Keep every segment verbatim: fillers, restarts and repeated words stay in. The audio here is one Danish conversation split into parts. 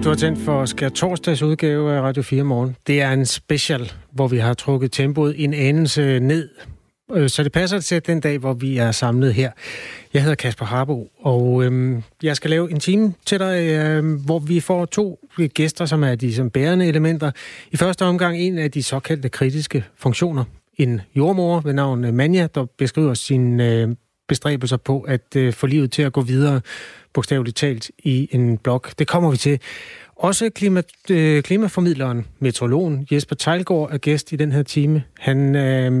Du har tændt for skærtorsdags udgave af Radio fire Morgen. Det er en special, hvor vi har trukket tempoet en anelse ned. Så det passer til den dag, hvor vi er samlet her. Jeg hedder Kasper Harbo, og øhm, jeg skal lave en time til dig, øhm, hvor vi får to gæster, som er de som bærende elementer. I første omgang en af de såkaldte kritiske funktioner. En jordmor ved navn Manja, der beskriver sine øh, bestræbelser på at øh, få livet til at gå videre, bogstaveligt talt, i en blog. Det kommer vi til. Også klima, øh, klimaformidleren, meteorologen Jesper Theilgaard er gæst i den her time. Han øh,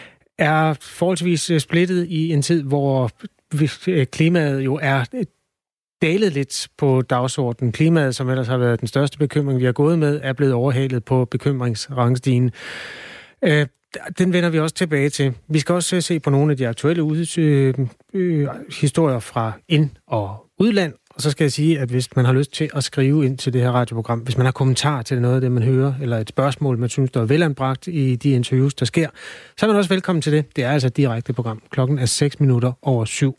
er forholdsvis splittet i en tid, hvor klimaet jo er dalet lidt på dagsordenen. Klimaet, som ellers har været den største bekymring, vi har gået med, er blevet overhalet på bekymringsrangstigen. Øh, Den vender vi også tilbage til. Vi skal også se på nogle af de aktuelle øh, øh, historier fra ind- og udland. Og så skal jeg sige, at hvis man har lyst til at skrive ind til det her radioprogram, hvis man har kommentar til noget af det, man hører, eller et spørgsmål, man synes, der er velanbragt i de interviews, der sker, så er man også velkommen til det. Det er altså et direkte program. Klokken er seks minutter over syv.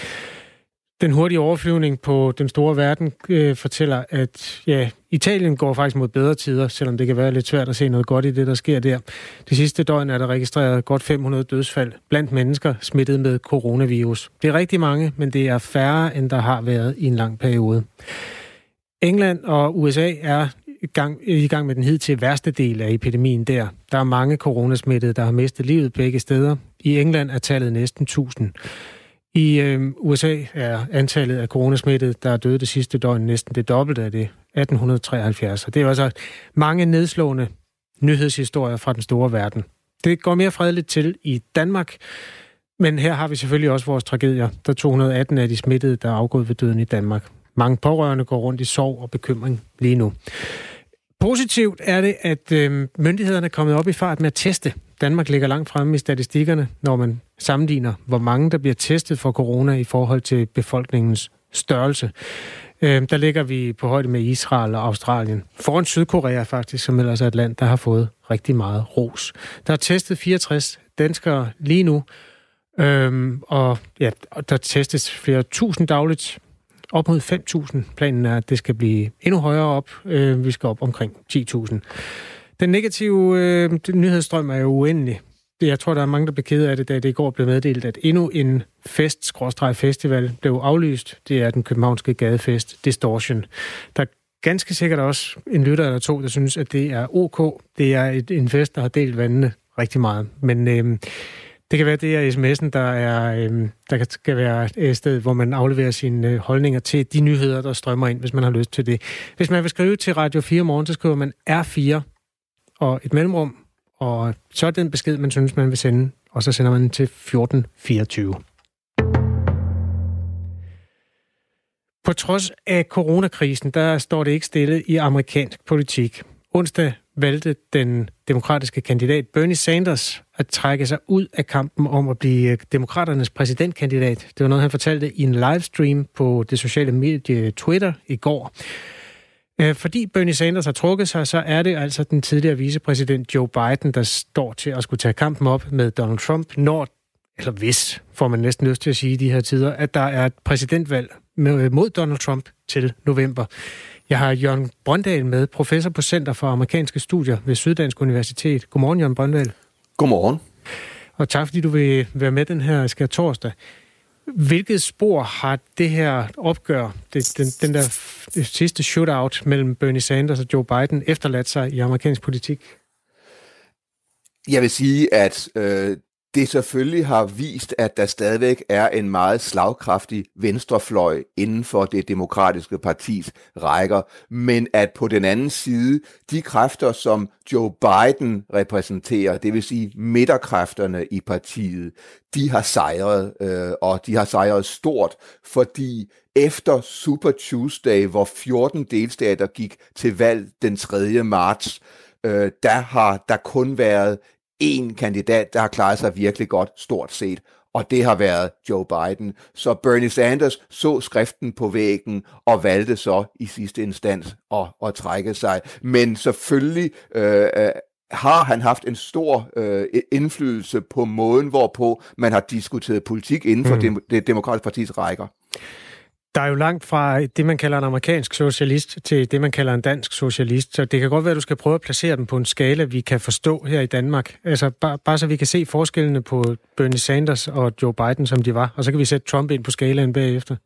Den hurtige overflyvning på den store verden øh, fortæller, at ja, Italien går faktisk mod bedre tider, selvom det kan være lidt svært at se noget godt i det, der sker der. Det sidste døgn er der registreret godt fem hundrede dødsfald blandt mennesker smittet med coronavirus. Det er rigtig mange, men det er færre, end der har været i en lang periode. England og U S A er i gang, i gang med den hidtil værste del af epidemien der. Der er mange coronasmittede, der har mistet livet begge steder. I England er tallet næsten tusind. I øh, U S A er antallet af coronasmittede, der er døde det sidste døgn, næsten det dobbelte af det, atten treoghalvfjerds. Og det er også mange nedslående nyhedshistorier fra den store verden. Det går mere fredeligt til i Danmark, men her har vi selvfølgelig også vores tragedier. Der er to hundrede og atten af de smittede, der er afgået ved døden i Danmark. Mange pårørende går rundt i sorg og bekymring lige nu. Positivt er det, at øh, myndighederne er kommet op i fart med at teste. Danmark ligger langt fremme i statistikkerne, når man sammenligner, hvor mange der bliver testet for corona i forhold til befolkningens størrelse. Øh, der ligger vi på højde med Israel og Australien. Foran Sydkorea faktisk, som ellers er et land, der har fået rigtig meget ros. Der er testet fireogtres danskere lige nu, øh, og ja, der testes flere tusind dagligt. Op mod fem tusind. Planen er, at det skal blive endnu højere op. Vi skal op omkring ti tusind. Den negative øh, nyhedsstrøm er jo uendelig. Jeg tror, der er mange, der blev ked af det, da det i går blev meddelt, at endnu en fest-festival blev aflyst. Det er den københavnske gadefest Distortion. Der er ganske sikkert også en lytter eller to, der synes, at det er ok. Det er et, en fest, der har delt vandene rigtig meget. Men øh, det kan være, det er sms'en, der, er, øh, der skal være et sted, hvor man afleverer sine øh, holdninger til de nyheder, der strømmer ind, hvis man har lyst til det. Hvis man vil skrive til Radio fire Morgen, så skriver man R fire og et mellemrum, og så er den besked, man synes, man vil sende, og så sender man den til fjorten fireogtyve. På trods af coronakrisen, der står det ikke stille i amerikansk politik. Onsdag valgte den demokratiske kandidat Bernie Sanders at trække sig ud af kampen om at blive demokraternes præsidentkandidat. Det var noget, han fortalte i en livestream på det sociale medie Twitter i går. Fordi Bernie Sanders har trukket sig, så er det altså den tidligere vicepræsident Joe Biden, der står til at skulle tage kampen op med Donald Trump, når, eller hvis, får man næsten lyst til at sige i de her tider, at der er et præsidentvalg mod Donald Trump til november. Jeg har Jørgen Brøndal med, professor på Center for Amerikanske Studier ved Syddansk Universitet. Godmorgen, Jørgen Brøndal. Godmorgen. Og tak, fordi du vil være med den her skærtorsdag. Hvilket spor har det her opgør, det, den, den der det sidste shootout mellem Bernie Sanders og Joe Biden, efterladt sig i amerikansk politik? Jeg vil sige, at øh, det selvfølgelig har vist, at der stadigvæk er en meget slagkraftig venstrefløj inden for det demokratiske partis rækker, men at på den anden side, de kræfter, som Joe Biden repræsenterer, det vil sige midterkræfterne i partiet, de har sejret, øh, og de har sejret stort, fordi efter Super Tuesday, hvor fjorten delstater gik til valg den tredje marts, øh, der har der kun været en kandidat, der har klaret sig virkelig godt, stort set, og det har været Joe Biden. Så Bernie Sanders så skriften på væggen og valgte så i sidste instans at, at trække sig. Men selvfølgelig øh, har han haft en stor øh, indflydelse på måden, hvorpå man har diskuteret politik inden for mm. det, det demokratiske partis rækker. Der er jo langt fra det, man kalder en amerikansk socialist, til det, man kalder en dansk socialist. Så det kan godt være, at du skal prøve at placere dem på en skala, vi kan forstå her i Danmark. Altså bare, bare så vi kan se forskellene på Bernie Sanders og Joe Biden, som de var. Og så kan vi sætte Trump ind på skalaen bagefter.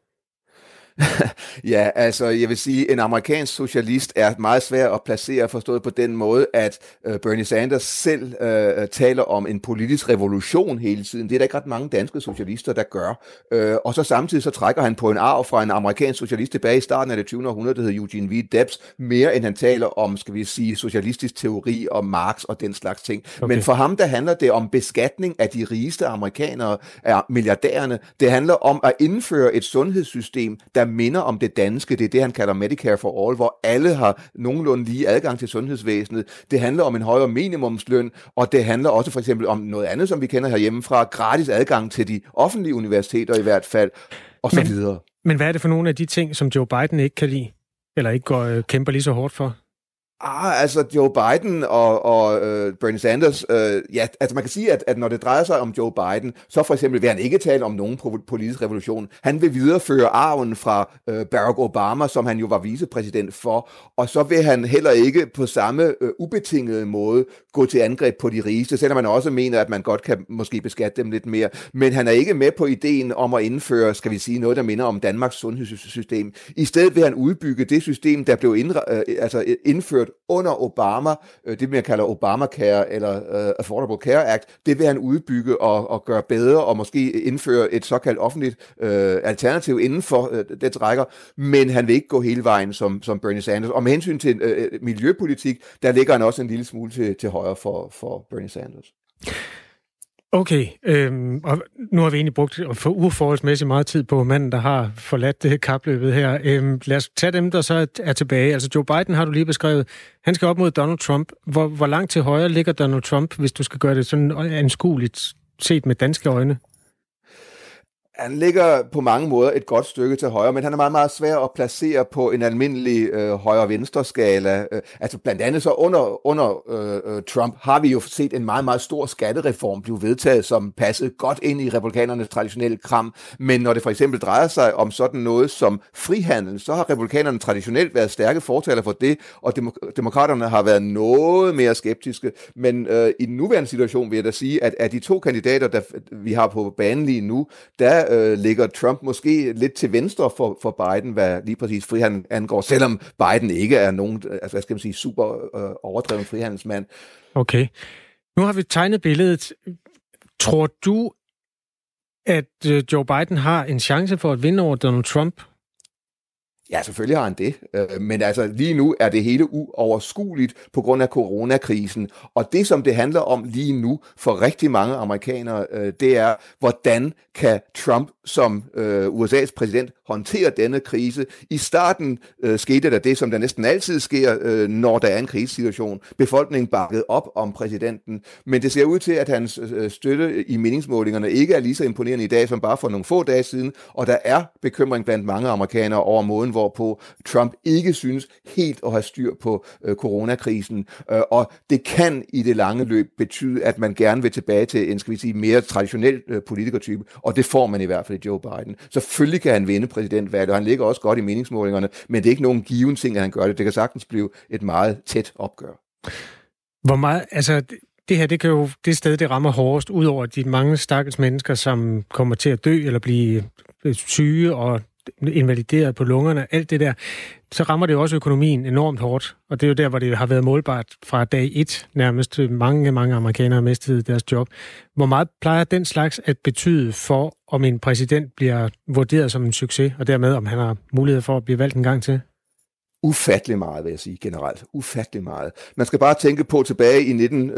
Ja, altså jeg vil sige, en amerikansk socialist er meget svær at placere, forstået på den måde, at øh, Bernie Sanders selv øh, taler om en politisk revolution hele tiden. Det er der ikke ret mange danske socialister, der gør. Øh, og så samtidig så trækker han på en arv fra en amerikansk socialist tilbage i starten af det tyvende århundrede, der hedder Eugene V. Debs, mere end han taler om, skal vi sige, socialistisk teori og Marx og den slags ting. Okay. Men for ham, der handler det om beskatning af de rigeste amerikanere, af milliardærerne. Det handler om at indføre et sundhedssystem, der minder om det danske. Det er det, han kalder Medicare for All, hvor alle har nogenlunde lige adgang til sundhedsvæsenet. Det handler om en højere minimumsløn, og det handler også for eksempel om noget andet, som vi kender herhjemmefra, gratis adgang til de offentlige universiteter i hvert fald, og så men, videre. Men hvad er det for nogle af de ting, som Joe Biden ikke kan lide, eller ikke går, øh, kæmper lige så hårdt for? Ah, altså Joe Biden og, og øh, Bernie Sanders, øh, ja, altså man kan sige, at, at når det drejer sig om Joe Biden, så for eksempel vil han ikke tale om nogen politisk revolution. Han vil videreføre arven fra øh, Barack Obama, som han jo var vicepræsident for, og så vil han heller ikke på samme øh, ubetingede måde gå til angreb på de rigeste, selvom man også mener, at man godt kan måske beskatte dem lidt mere. Men han er ikke med på ideen om at indføre, skal vi sige, noget, der minder om Danmarks sundhedssystem. I stedet vil han udbygge det system, der blev indre, øh, altså indført under Obama, det man kalder Obamacare eller uh, Affordable Care Act, det vil han udbygge og, og gøre bedre og måske indføre et såkaldt offentligt uh, alternativ inden for uh, det rækker, men han vil ikke gå hele vejen som, som Bernie Sanders. Og med hensyn til uh, miljøpolitik, der ligger han også en lille smule til, til højre for, for Bernie Sanders. Okay, øhm, og nu har vi egentlig brugt for uforholdsmæssigt meget tid på manden, der har forladt det kapløbet her. Øhm, lad os tage dem, der så er tilbage. Altså Joe Biden har du lige beskrevet. Han skal op mod Donald Trump. Hvor, hvor langt til højre ligger Donald Trump, hvis du skal gøre det sådan anskueligt set med danske øjne? Han ligger på mange måder et godt stykke til højre, men han er meget, meget svær at placere på en almindelig øh, højre-venstre-skala. Øh, altså blandt andet så under, under øh, Trump har vi jo set en meget, meget stor skattereform blive vedtaget, som passede godt ind i republikanernes traditionelle kram. Men når det for eksempel drejer sig om sådan noget som frihandel, så har republikanerne traditionelt været stærke fortaler for det, og demok- demokraterne har været noget mere skeptiske. Men øh, i den nuværende situation vil jeg da sige, at af de to kandidater, der vi har på banen lige nu, der Øh, ligger Trump måske lidt til venstre for, for Biden, hvad lige præcis frihandel angår, selvom Biden ikke er nogen, altså hvad skal man sige, super øh, overdreven frihandelsmand. Okay. Nu har vi tegnet billedet. Tror du, at øh, Joe Biden har en chance for at vinde over Donald Trump? Ja, selvfølgelig har han det, men altså lige nu er det hele uoverskueligt på grund af coronakrisen, og det som det handler om lige nu for rigtig mange amerikanere, det er, hvordan kan Trump som U S A's præsident håndtere denne krise. I starten øh, skete der det, som der næsten altid sker, øh, når der er en krisesituation. Befolkningen bakkede op om præsidenten, men det ser ud til, at hans øh, støtte i meningsmålingerne ikke er lige så imponerende i dag, som bare for nogle få dage siden, og der er bekymring blandt mange amerikanere over måden, hvorpå Trump ikke synes helt at have styr på øh, coronakrisen, øh, og det kan i det lange løb betyde, at man gerne vil tilbage til en, skal vi sige, mere traditionel øh, politikertype, og det får man i hvert fald i Joe Biden. Selvfølgelig kan han vinde præsidentvalget, og han ligger også godt i meningsmålingerne, men det er ikke nogen given ting, at han gør det. Det kan sagtens blive et meget tæt opgør. Hvor meget, altså det her, det kan jo det sted, det rammer hårdest, ud over de mange stakkels mennesker, som kommer til at dø eller blive syge og invalideret på lungerne, alt det der, så rammer det jo også økonomien enormt hårdt. Og det er jo der, hvor det har været målbart fra dag et, nærmest mange, mange amerikanere har mistet deres job. Hvor meget plejer den slags at betyde for, om en præsident bliver vurderet som en succes, og dermed om han har mulighed for at blive valgt en gang til? Ufattelig meget, vil jeg sige generelt. Ufattelig meget. Man skal bare tænke på tilbage i nitten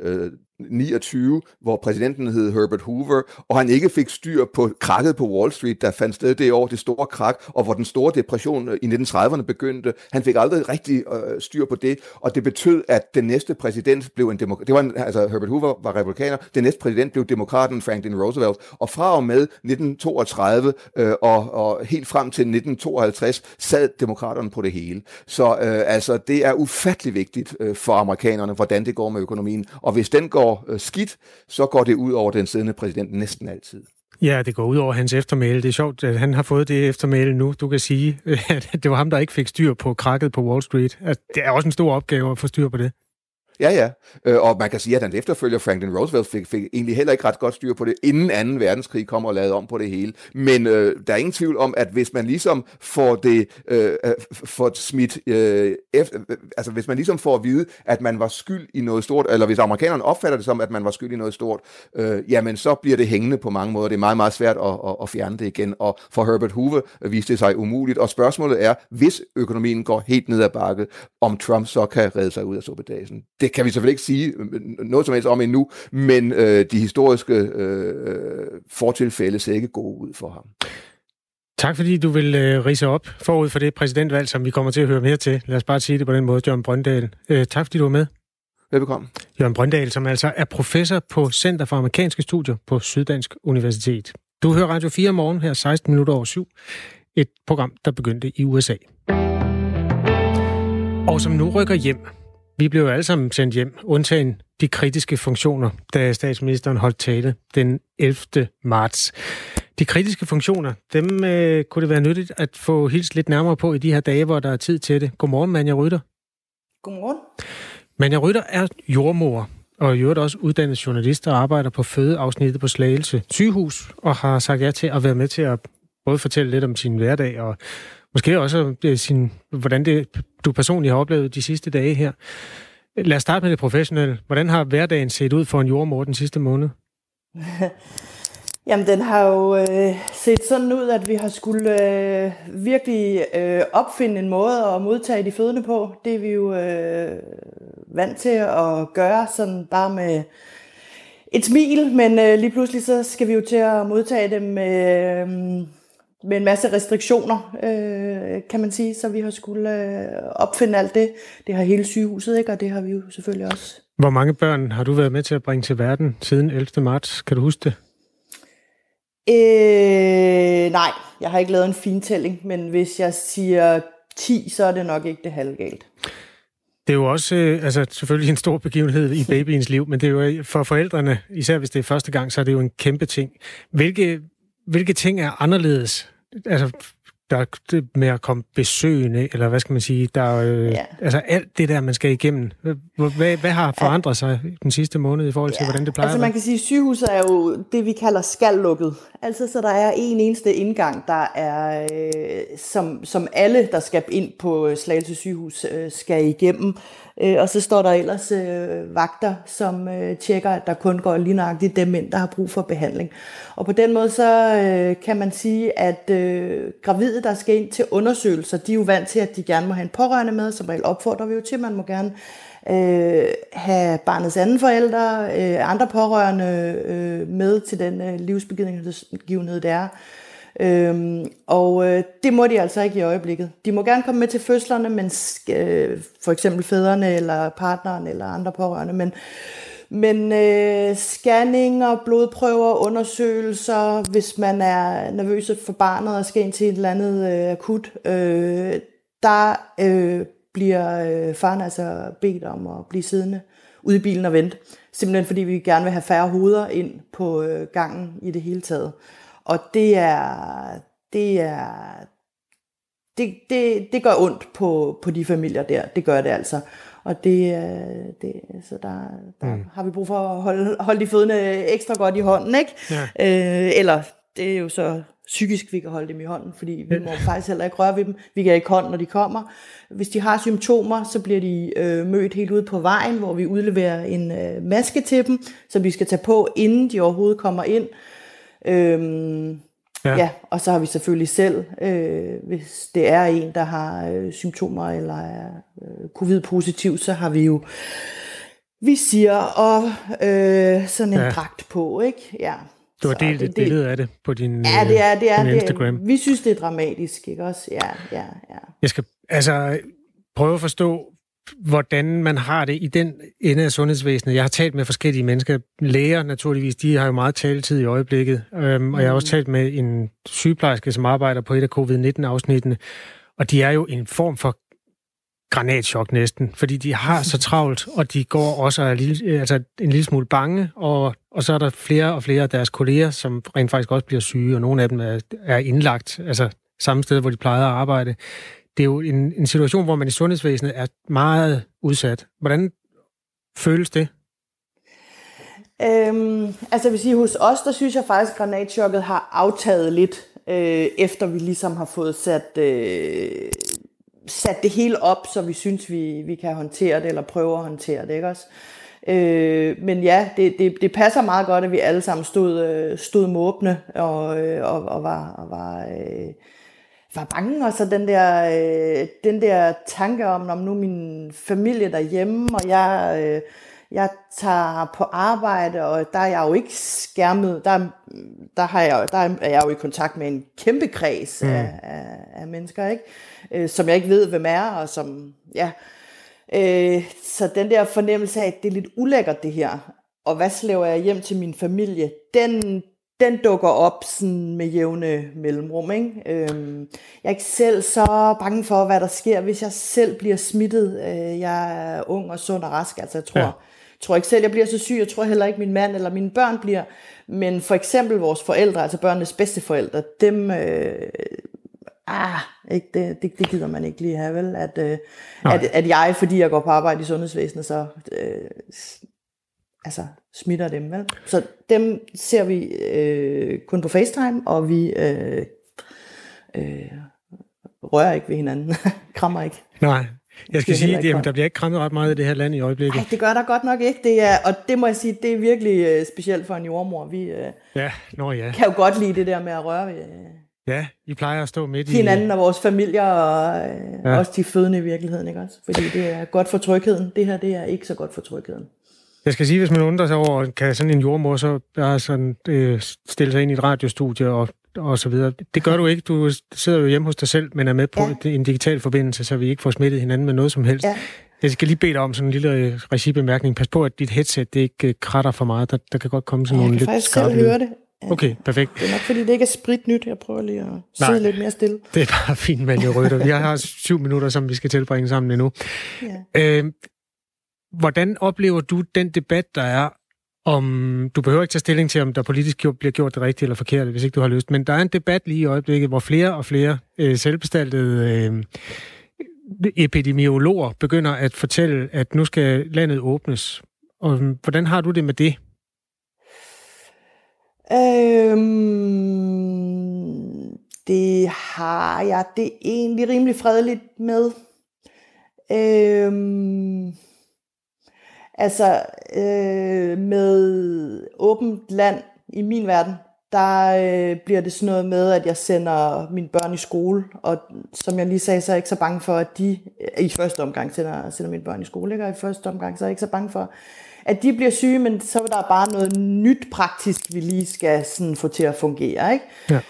niogtyve, hvor præsidenten hed Herbert Hoover, og han ikke fik styr på krakket på Wall Street, der fandt sted det år, det store krak, og hvor den store depression i nitten trediverne begyndte. Han fik aldrig rigtig øh, styr på det, og det betød, at den næste præsident blev en demokrat. Det var en, altså Herbert Hoover var republikaner, den næste præsident blev demokraten Franklin Roosevelt, og fra og med nitten toogtredive øh, og, og helt frem til nitten tooghalvtreds sad demokraterne på det hele. Så øh, altså, det er ufattelig vigtigt øh, for amerikanerne, hvordan det går med økonomien, og hvis den går skidt, så går det ud over den siddende præsident næsten altid. Ja, det går ud over hans eftermæle. Det er sjovt, at han har fået det eftermæle nu. Du kan sige, at det var ham, der ikke fik styr på krakket på Wall Street. Det er også en stor opgave at få styr på det. Ja, ja. Øh, og man kan sige, at hans efterfølger Franklin Roosevelt fik, fik egentlig heller ikke ret godt styr på det, inden anden verdenskrig kom og lavede om på det hele. Men øh, der er ingen tvivl om, at hvis man ligesom får det øh, får smidt, øh, efter, altså hvis man ligesom får at vide, at man var skyld i noget stort, eller hvis amerikanerne opfatter det som, at man var skyld i noget stort, øh, jamen så bliver det hængende på mange måder. Det er meget, meget svært at, at, at fjerne det igen. Og for Herbert Hoover viste det sig umuligt. Og spørgsmålet er, hvis økonomien går helt ned ad bakke, om Trump så kan redde sig ud af suppedasen. Det kan vi selvfølgelig ikke sige noget som helst om endnu, men øh, de historiske øh, fortilfælde ser ikke gode ud for ham. Tak fordi du vil øh, ridse op forud for det præsidentvalg, som vi kommer til at høre mere til. Lad os bare sige det på den måde, Jørgen Brøndal. Øh, tak fordi du var med. Velbekomme. Jørgen Brøndal, som altså er professor på Center for Amerikanske Studier på Syddansk Universitet. Du hører Radio fire morgen her seksten minutter over syv. Et program, der begyndte i U S A. Og som nu rykker hjem. Vi blev jo alle sammen sendt hjem, undtagen de kritiske funktioner, da statsministeren holdt tale den ellevte marts. De kritiske funktioner, dem øh, kunne det være nyttigt at få hilst lidt nærmere på i de her dage, hvor der er tid til det. Godmorgen, Manja Rytter. Godmorgen. Manja Rytter er jordmor, og i øvrigt også uddannet journalist og arbejder på fødeafsnittet på Slagelse sygehus, og har sagt ja til at være med til at både fortælle lidt om sin hverdag, og måske også sin, hvordan det, du personligt har oplevet de sidste dage her. Lad os starte med det professionelle. Hvordan har hverdagen set ud for en jordemor den sidste måned? Jamen, den har jo øh, set sådan ud, at vi har skulle øh, virkelig øh, opfinde en måde at modtage de fødende på. Det er vi jo øh, vant til at gøre, sådan bare med et smil, men øh, lige pludselig så skal vi jo til at modtage dem med, øh, med en masse restriktioner, øh, kan man sige. Så vi har skulle øh, opfinde alt det. Det har hele sygehuset, ikke? Og det har vi jo selvfølgelig også. Hvor mange børn har du været med til at bringe til verden siden ellevte marts? Kan du huske det? Øh, nej, jeg har ikke lavet en fintælling, men hvis jeg siger ti, så er det nok ikke det halvgalt. Det er jo også øh, altså, selvfølgelig en stor begivenhed i babyens liv, men det er jo for forældrene, især hvis det er første gang, så er det jo en kæmpe ting. Hvilke, hvilke ting er anderledes? Altså, der er med at komme besøgende, eller hvad skal man sige, der er øh, ja. altså alt det der, man skal igennem. Hvad, hvad har forandret sig den sidste måned i forhold til, ja. hvordan det plejer? Altså man kan sige, at sygehuset er jo det, vi kalder skallukket. Altså så der er en eneste indgang, der er, øh, som, som alle, der skal ind på Slagelse sygehus, øh, skal igennem. Øh, og så står der ellers øh, vagter, som øh, tjekker, at der kun går lige nøjagtigt dem ind, der har brug for behandling. Og på den måde så øh, kan man sige, at øh, gravide, der skal ind til undersøgelser, de er jo vant til, at de gerne må have en pårørende med. Som regel opfordrer vi jo til, at man må gerne øh, have barnets anden forældre, øh, andre pårørende øh, med til den øh, livsbegivenhed, det er. Øhm, og øh, det må de altså ikke i øjeblikket. De må gerne komme med til fødslerne, men øh, for eksempel fædrene eller partneren eller andre pårørende, men Men øh, scanninger, blodprøver, undersøgelser, hvis man er nervøs for barnet og skal ind til et eller andet øh, akut, øh, der øh, bliver øh, faren altså bedt om at blive siddende ude i bilen og vente. Simpelthen fordi vi gerne vil have færre hoveder ind på øh, gangen i det hele taget. Og det er, det er, det, det, det gør ondt på, på de familier der. Det gør det altså. Og det, det så der, der mm. har vi brug for at holde, holde de fødende ekstra godt i hånden, ikke? Ja. Øh, eller det er jo så psykisk, vi kan holde dem i hånden, fordi vi må faktisk heller ikke røre ved dem. Vi kan ikke hånd, når de kommer. Hvis de har symptomer, så bliver de øh, mødt helt ude på vejen, hvor vi udleverer en øh, maske til dem, som vi skal tage på, inden de overhovedet kommer ind. Øhm, ja. ja, og så har vi selvfølgelig selv, øh, hvis det er en, der har øh, symptomer eller er øh, covid-positiv, så har vi jo visir og øh, sådan en ja. dragt på, ikke? Ja. Du har delt et billede af det på din, ja, det er, det er, din Instagram. Det er, vi synes, det er dramatisk, ikke også? Ja, ja, ja. Jeg skal altså prøve at forstå, hvordan man har det i den ende af sundhedsvæsenet. Jeg har talt med forskellige mennesker. Læger naturligvis, de har jo meget taletid i øjeblikket. Øhm, mm. Og jeg har også talt med en sygeplejerske, som arbejder på et af covid nitten afsnittene. Og de er jo en form for granatschok næsten, fordi de har så travlt, og de går også er lille, altså en lille smule bange, og, og så er der flere og flere af deres kolleger, som rent faktisk også bliver syge, og nogle af dem er, er indlagt, altså samme sted, hvor de plejede at arbejde. Det er jo en, en situation, hvor man i sundhedsvæsenet er meget udsat. Hvordan føles det? Øhm, altså jeg vil sige, hos os, der synes jeg faktisk, at granatchokket har aftaget lidt, øh, efter vi ligesom har fået sat, øh, sat det hele op, så vi synes, vi, vi kan håndtere det, eller prøve at håndtere det, ikke også? Øh, men ja, det, det, det passer meget godt, at vi alle sammen stod, øh, stod måbne og, og, og var, og var, øh, var bange. Og så den der, øh, den der tanke om, om nu min familie derhjemme, og jeg, øh, jeg tager på arbejde, og der er jeg jo ikke skærmet. Der, der, har jeg, der er jeg jo i kontakt med en kæmpe kreds mm. af, af, af mennesker, ikke? Øh, som jeg ikke ved, hvem er, og som... ja. Øh, så den der fornemmelse af, at det er lidt ulækkert det her, og hvad slæver jeg hjem til min familie, den, den dukker op sådan med jævne mellemrum, ikke? Øh, jeg er ikke selv så bange for, hvad der sker, hvis jeg selv bliver smittet. Øh, jeg er ung og sund og rask, altså jeg tror, ja. tror ikke selv, jeg bliver så syg, jeg tror heller ikke min mand eller mine børn bliver, men for eksempel vores forældre, altså børnenes bedsteforældre, dem... Øh, Ah, ikke, det, det, det gider man ikke lige have, vel? At, øh, at, at jeg, fordi jeg går på arbejde i sundhedsvæsenet, så øh, altså, smitter dem, vel? Så dem ser vi øh, kun på FaceTime, og vi øh, øh, rører ikke ved hinanden. Krammer ikke. Nej, jeg skal sige, at der bliver ikke krammet ret meget i det her land i øjeblikket. Nej, det gør der godt nok ikke. Det er, og det må jeg sige, det er virkelig øh, specielt for en jordmor. Vi øh, ja, nå, ja. kan jo godt lide det der med at røre ved... Øh, Ja, I plejer at stå midt i... hinanden og vores familier, og øh, ja. også de fødende i virkeligheden, ikke også? Fordi det er godt for trygheden. Det her, det er ikke så godt for trygheden. Jeg skal sige, hvis man undrer sig over, kan sådan en jordmor så bare sådan, øh, stille sig ind i et radiostudie og, og så videre. Det gør du ikke. Du sidder jo hjemme hos dig selv, men er med på ja. en digital forbindelse, så vi ikke får smittet hinanden med noget som helst. Ja. Jeg skal lige bede dig om sådan en lille regibemærkning. Pas på, at dit headset det ikke kratter for meget. Der, der kan godt komme sådan ja, nogle lidt skarpe. Jeg kan faktisk selv høre det. Ja. Okay, perfekt. Det er nok, fordi det ikke er spritnyt. Jeg prøver lige at sidde Nej, lidt mere stille. Det er bare fint, Manja Rytter. Vi har syv minutter, som vi skal tilbringe sammen endnu. Ja. Øh, hvordan oplever du den debat, der er om... Du behøver ikke tage stilling til, om der politisk bliver gjort det rigtigt eller forkert, hvis ikke du har lyst. Men der er en debat lige i øjeblikket, hvor flere og flere øh, selvbestaltede øh, epidemiologer begynder at fortælle, at nu skal landet åbnes. Og hvordan har du det med det? Øhm, det har jeg det egentlig rimelig fredeligt med. Øhm, altså øh, med åbent land i min verden, der øh, bliver det sådan noget med, at jeg sender mine børn i skole, og som jeg lige sagde, så er jeg ikke så bange for, at de i første omgang sender, sender mine børn i skole, ikke? Og i første omgang så er jeg ikke så bange for, at de bliver syge, men så er der bare noget nyt praktisk, vi lige skal sådan få til at fungere, ikke? Ja.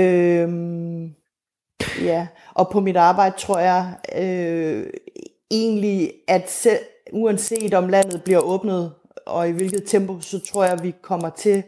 Øhm, ja. Og på mit arbejde tror jeg øh, egentlig, at selv, uanset om landet bliver åbnet, og i hvilket tempo, så tror jeg, at vi kommer til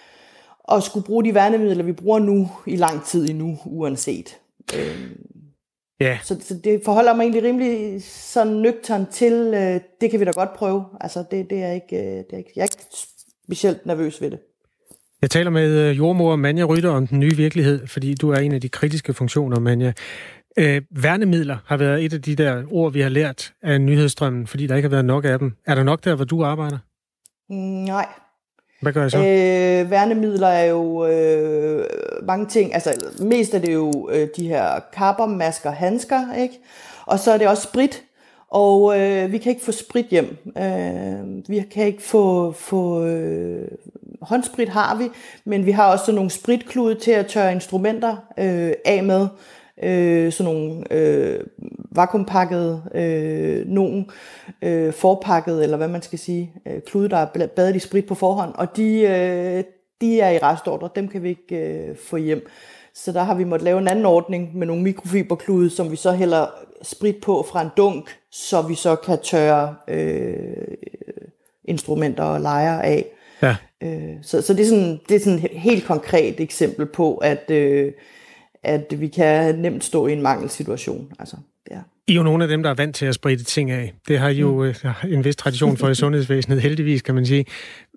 at skulle bruge de værnemidler, vi bruger nu, i lang tid endnu, uanset. Øhm, Yeah. Så, så det forholder mig egentlig rimelig sådan nøgtern til, øh, det kan vi da godt prøve. Altså det, det, er ikke, øh, det er ikke, jeg er ikke specielt nervøs ved det. Jeg taler med jordmor Manja Rytter om den nye virkelighed, fordi du er en af de kritiske funktioner, Manja. Øh, værnemidler har været et af de der ord, vi har lært af nyhedsstrømmen, fordi der ikke har været nok af dem. Er der nok der, hvor du arbejder? Mm, nej. Hvad gør jeg så? Øh, værnemidler er jo øh, mange ting. Altså mest er det jo øh, de her kapper, masker, handsker, ikke? Og så er det også sprit. Og øh, vi kan ikke få sprit hjem. Øh, vi kan ikke få, få øh, håndsprit har vi, men vi har også sådan nogle spritklude til at tørre instrumenter øh, af med. Øh, sådan nogle øh, vakuumpakkede, øh, nogle øh, forpakkede, eller hvad man skal sige, øh, klude, der er badet i sprit på forhånd, og de, øh, de er i restordre, dem kan vi ikke øh, få hjem. Så der har vi måttet lave en anden ordning med nogle mikrofiberklude, som vi så hælder sprit på fra en dunk, så vi så kan tørre øh, instrumenter og lejer af. Ja. Øh, så så det, er sådan, det er sådan et helt konkret eksempel på, at øh, at vi kan nemt stå i en mangelsituation. Altså, ja. I er jo nogle af dem, der er vant til at spritte ting af. Det har I jo mm. en vis tradition for i sundhedsvæsenet, heldigvis kan man sige.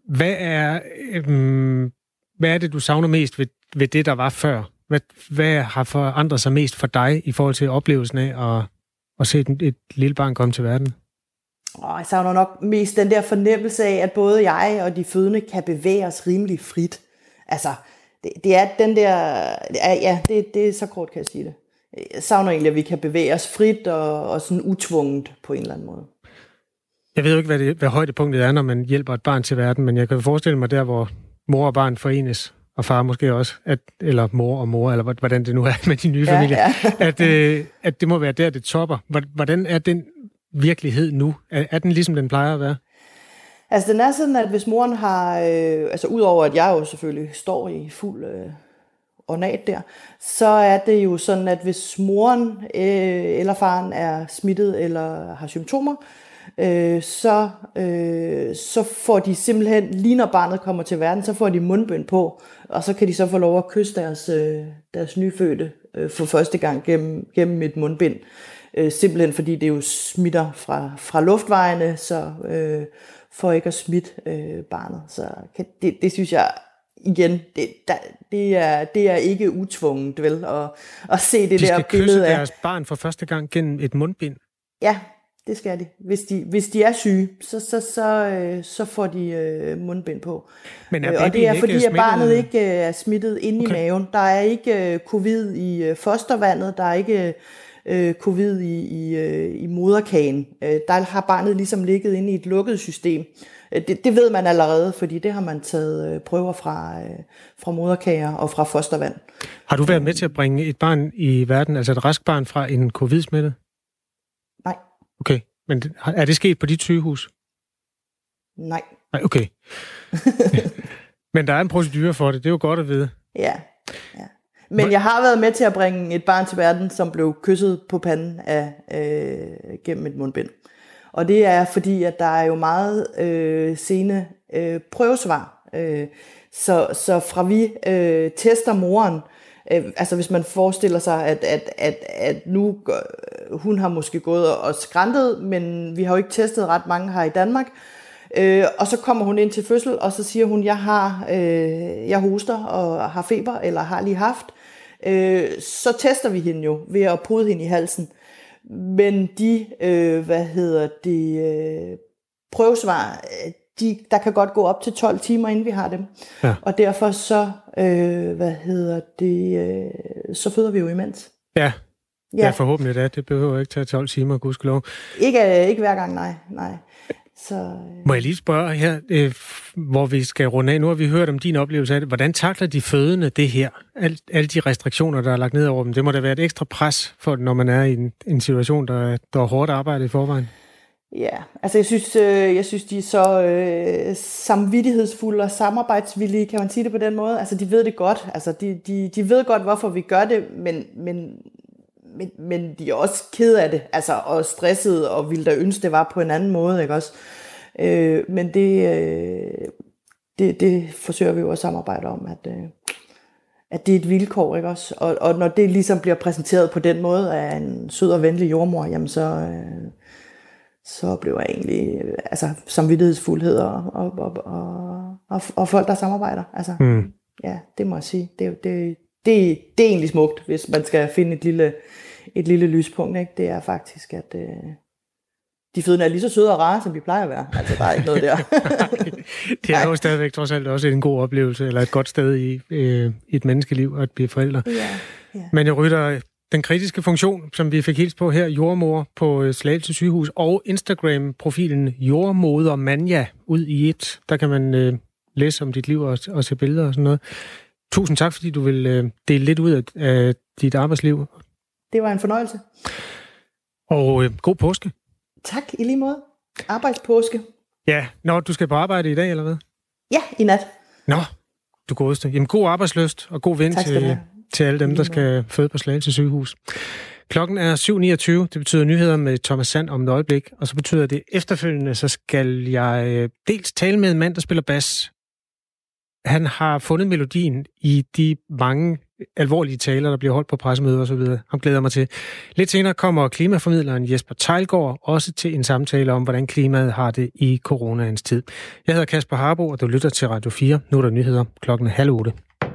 Hvad er, øhm, hvad er det, du savner mest ved, ved det, der var før? Hvad, hvad har forandret sig mest for dig i forhold til oplevelsen af at, at se et, et lille barn komme til verden? Og jeg savner nok mest den der fornemmelse af, at både jeg og de fødende kan bevæge os rimelig frit. Altså, det, det er den der... Ja, det, det er så kort, kan jeg sige det. Jeg savner egentlig, at vi kan bevæge os frit og, og sådan utvunget på en eller anden måde. Jeg ved jo ikke, hvad, det, hvad højdepunktet er, når man hjælper et barn til verden, men jeg kan forestille mig der, hvor mor og barn forenes, og far måske også, at, eller mor og mor, eller hvordan det nu er med de nye ja, familier, ja. at, øh, at det må være der, det topper. Hvordan er den virkelighed nu? Er, er den ligesom den plejer at være? Altså, den er sådan, at hvis moren har, øh, altså udover at jeg jo selvfølgelig står i fuld øh, ornat der, så er det jo sådan, at hvis moren øh, eller faren er smittet eller har symptomer, øh, så, øh, så får de simpelthen, lige når barnet kommer til verden, så får de mundbind på, og så kan de så få lov at kysse deres, øh, deres nyfødte øh, for første gang gennem, gennem et mundbind. Øh, simpelthen fordi det jo smitter fra, fra luftvejene, så øh, for ikke at smitte øh, barnet. Så kan, det, det synes jeg igen, det, der, det, er, det er ikke utvunget, vel, at, at se det de der billede af... De skal kysse deres barn for første gang gennem et mundbind? Ja, det skal de. Hvis de, hvis de er syge, så, så, så, øh, så får de øh, mundbind på. Men er og det er fordi, at barnet ikke øh, er smittet inde okay. i maven. Der er ikke øh, covid i øh, fostervandet, der er ikke... Øh, covid i, i, øh, i moderkagen. Øh, der har barnet ligesom ligget inde i et lukket system. Øh, det, det ved man allerede, fordi det har man taget øh, prøver fra, øh, fra moderkager og fra fostervand. Har du været med til at bringe et barn i verden, altså et rask barn fra en covid-smitte? Nej. Okay, men er det sket på dit sygehus? Nej. Nej, okay. Men der er en procedure for det, det er jo godt at vide. Ja, ja. Men jeg har været med til at bringe et barn til verden, som blev kysset på panden af, øh, gennem et mundbind. Og det er fordi, at der er jo meget øh, sene øh, prøvesvar. Øh, så, så fra vi øh, tester moren, øh, altså hvis man forestiller sig, at, at, at, at nu øh, hun har måske gået og skræntet, men vi har jo ikke testet ret mange her i Danmark. Øh, og så kommer hun ind til fødsel, og så siger hun, jeg har, øh, jeg hoster og har feber, eller har lige haft. Øh, så tester vi hende jo ved at pude hende i halsen. Men de, øh, hvad hedder det, øh, prøvesvar, de, der kan godt gå op til tolv timer, inden vi har dem. Ja. Og derfor så, øh, hvad hedder det, øh, så føder vi jo imens. Ja, ja. ja forhåbentlig da. Det behøver ikke tage tolv timer, gudskelov. Ikke, ikke hver gang, nej, nej. Så, øh... Må jeg lige spørge her, øh, hvor vi skal runde af. Nu har vi hørt om din oplevelse af det. Hvordan takler de fødende det her? Al, alle de restriktioner, der er lagt ned over dem. Det må da være et ekstra pres, for, når man er i en, en situation, der, der er hårdt arbejde i forvejen. Ja, altså jeg synes, øh, jeg synes de er så øh, samvittighedsfulde og samarbejdsvillige, kan man sige det på den måde. Altså de ved det godt. Altså de, de, de ved godt, hvorfor vi gør det, men... men Men, men de er også ked af det, altså, og stresset, og ville da ønske, det var på en anden måde, ikke også? Øh, men det, øh, det, det forsøger vi jo at samarbejde om, at, øh, at det er et vilkår, ikke også? Og, og når det ligesom bliver præsenteret på den måde af en sød og venlig jordmor, jamen så, øh, så oplever jeg egentlig øh, altså, samvittighedsfuldhed og, og, og, og, og, og folk, der samarbejder. Altså, mm. Ja, det må jeg sige. Det, det, det, det er egentlig smukt, hvis man skal finde et lille... et lille lyspunkt, ikke? Det er faktisk, at øh, de fødende er lige så søde og rare, som vi plejer at være. Altså, der er ikke noget der. Det er jo stadigvæk trods alt også en god oplevelse, eller et godt sted i øh, et menneskeliv at blive forældre. Ja, ja. Men jeg rytter den kritiske funktion, som vi fik hilst på her, jordmor på Slagelse Sygehus, og Instagram-profilen Jordmoder Manja ud i et. Der kan man øh, læse om dit liv og, og se billeder og sådan noget. Tusind tak, fordi du vil øh, dele lidt ud af, af dit arbejdsliv. Det var en fornøjelse. Og øh, god påske. Tak, i lige måde. Arbejdspåske. Ja, når du skal på arbejde i dag, eller hvad? Ja, i nat. Nå, du godeste. Jamen, god arbejdslyst og god vind til, til alle dem, der skal føde på Slagelse Sygehus. Klokken er syv niogtyve. Det betyder nyheder med Thomas Sand om et øjeblik. Og så betyder det efterfølgende, så skal jeg øh, dels tale med en mand, der spiller bas. Han har fundet melodien i de mange alvorlige taler, der bliver holdt på pressemøder og så videre. Ham glæder mig til. Lidt senere kommer klimaformidleren Jesper Teilgaard også til en samtale om, hvordan klimaet har det i coronaens tid. Jeg hedder Kasper Harbo, og du lytter til Radio fire. Nu er der nyheder. Klokken er halv otte.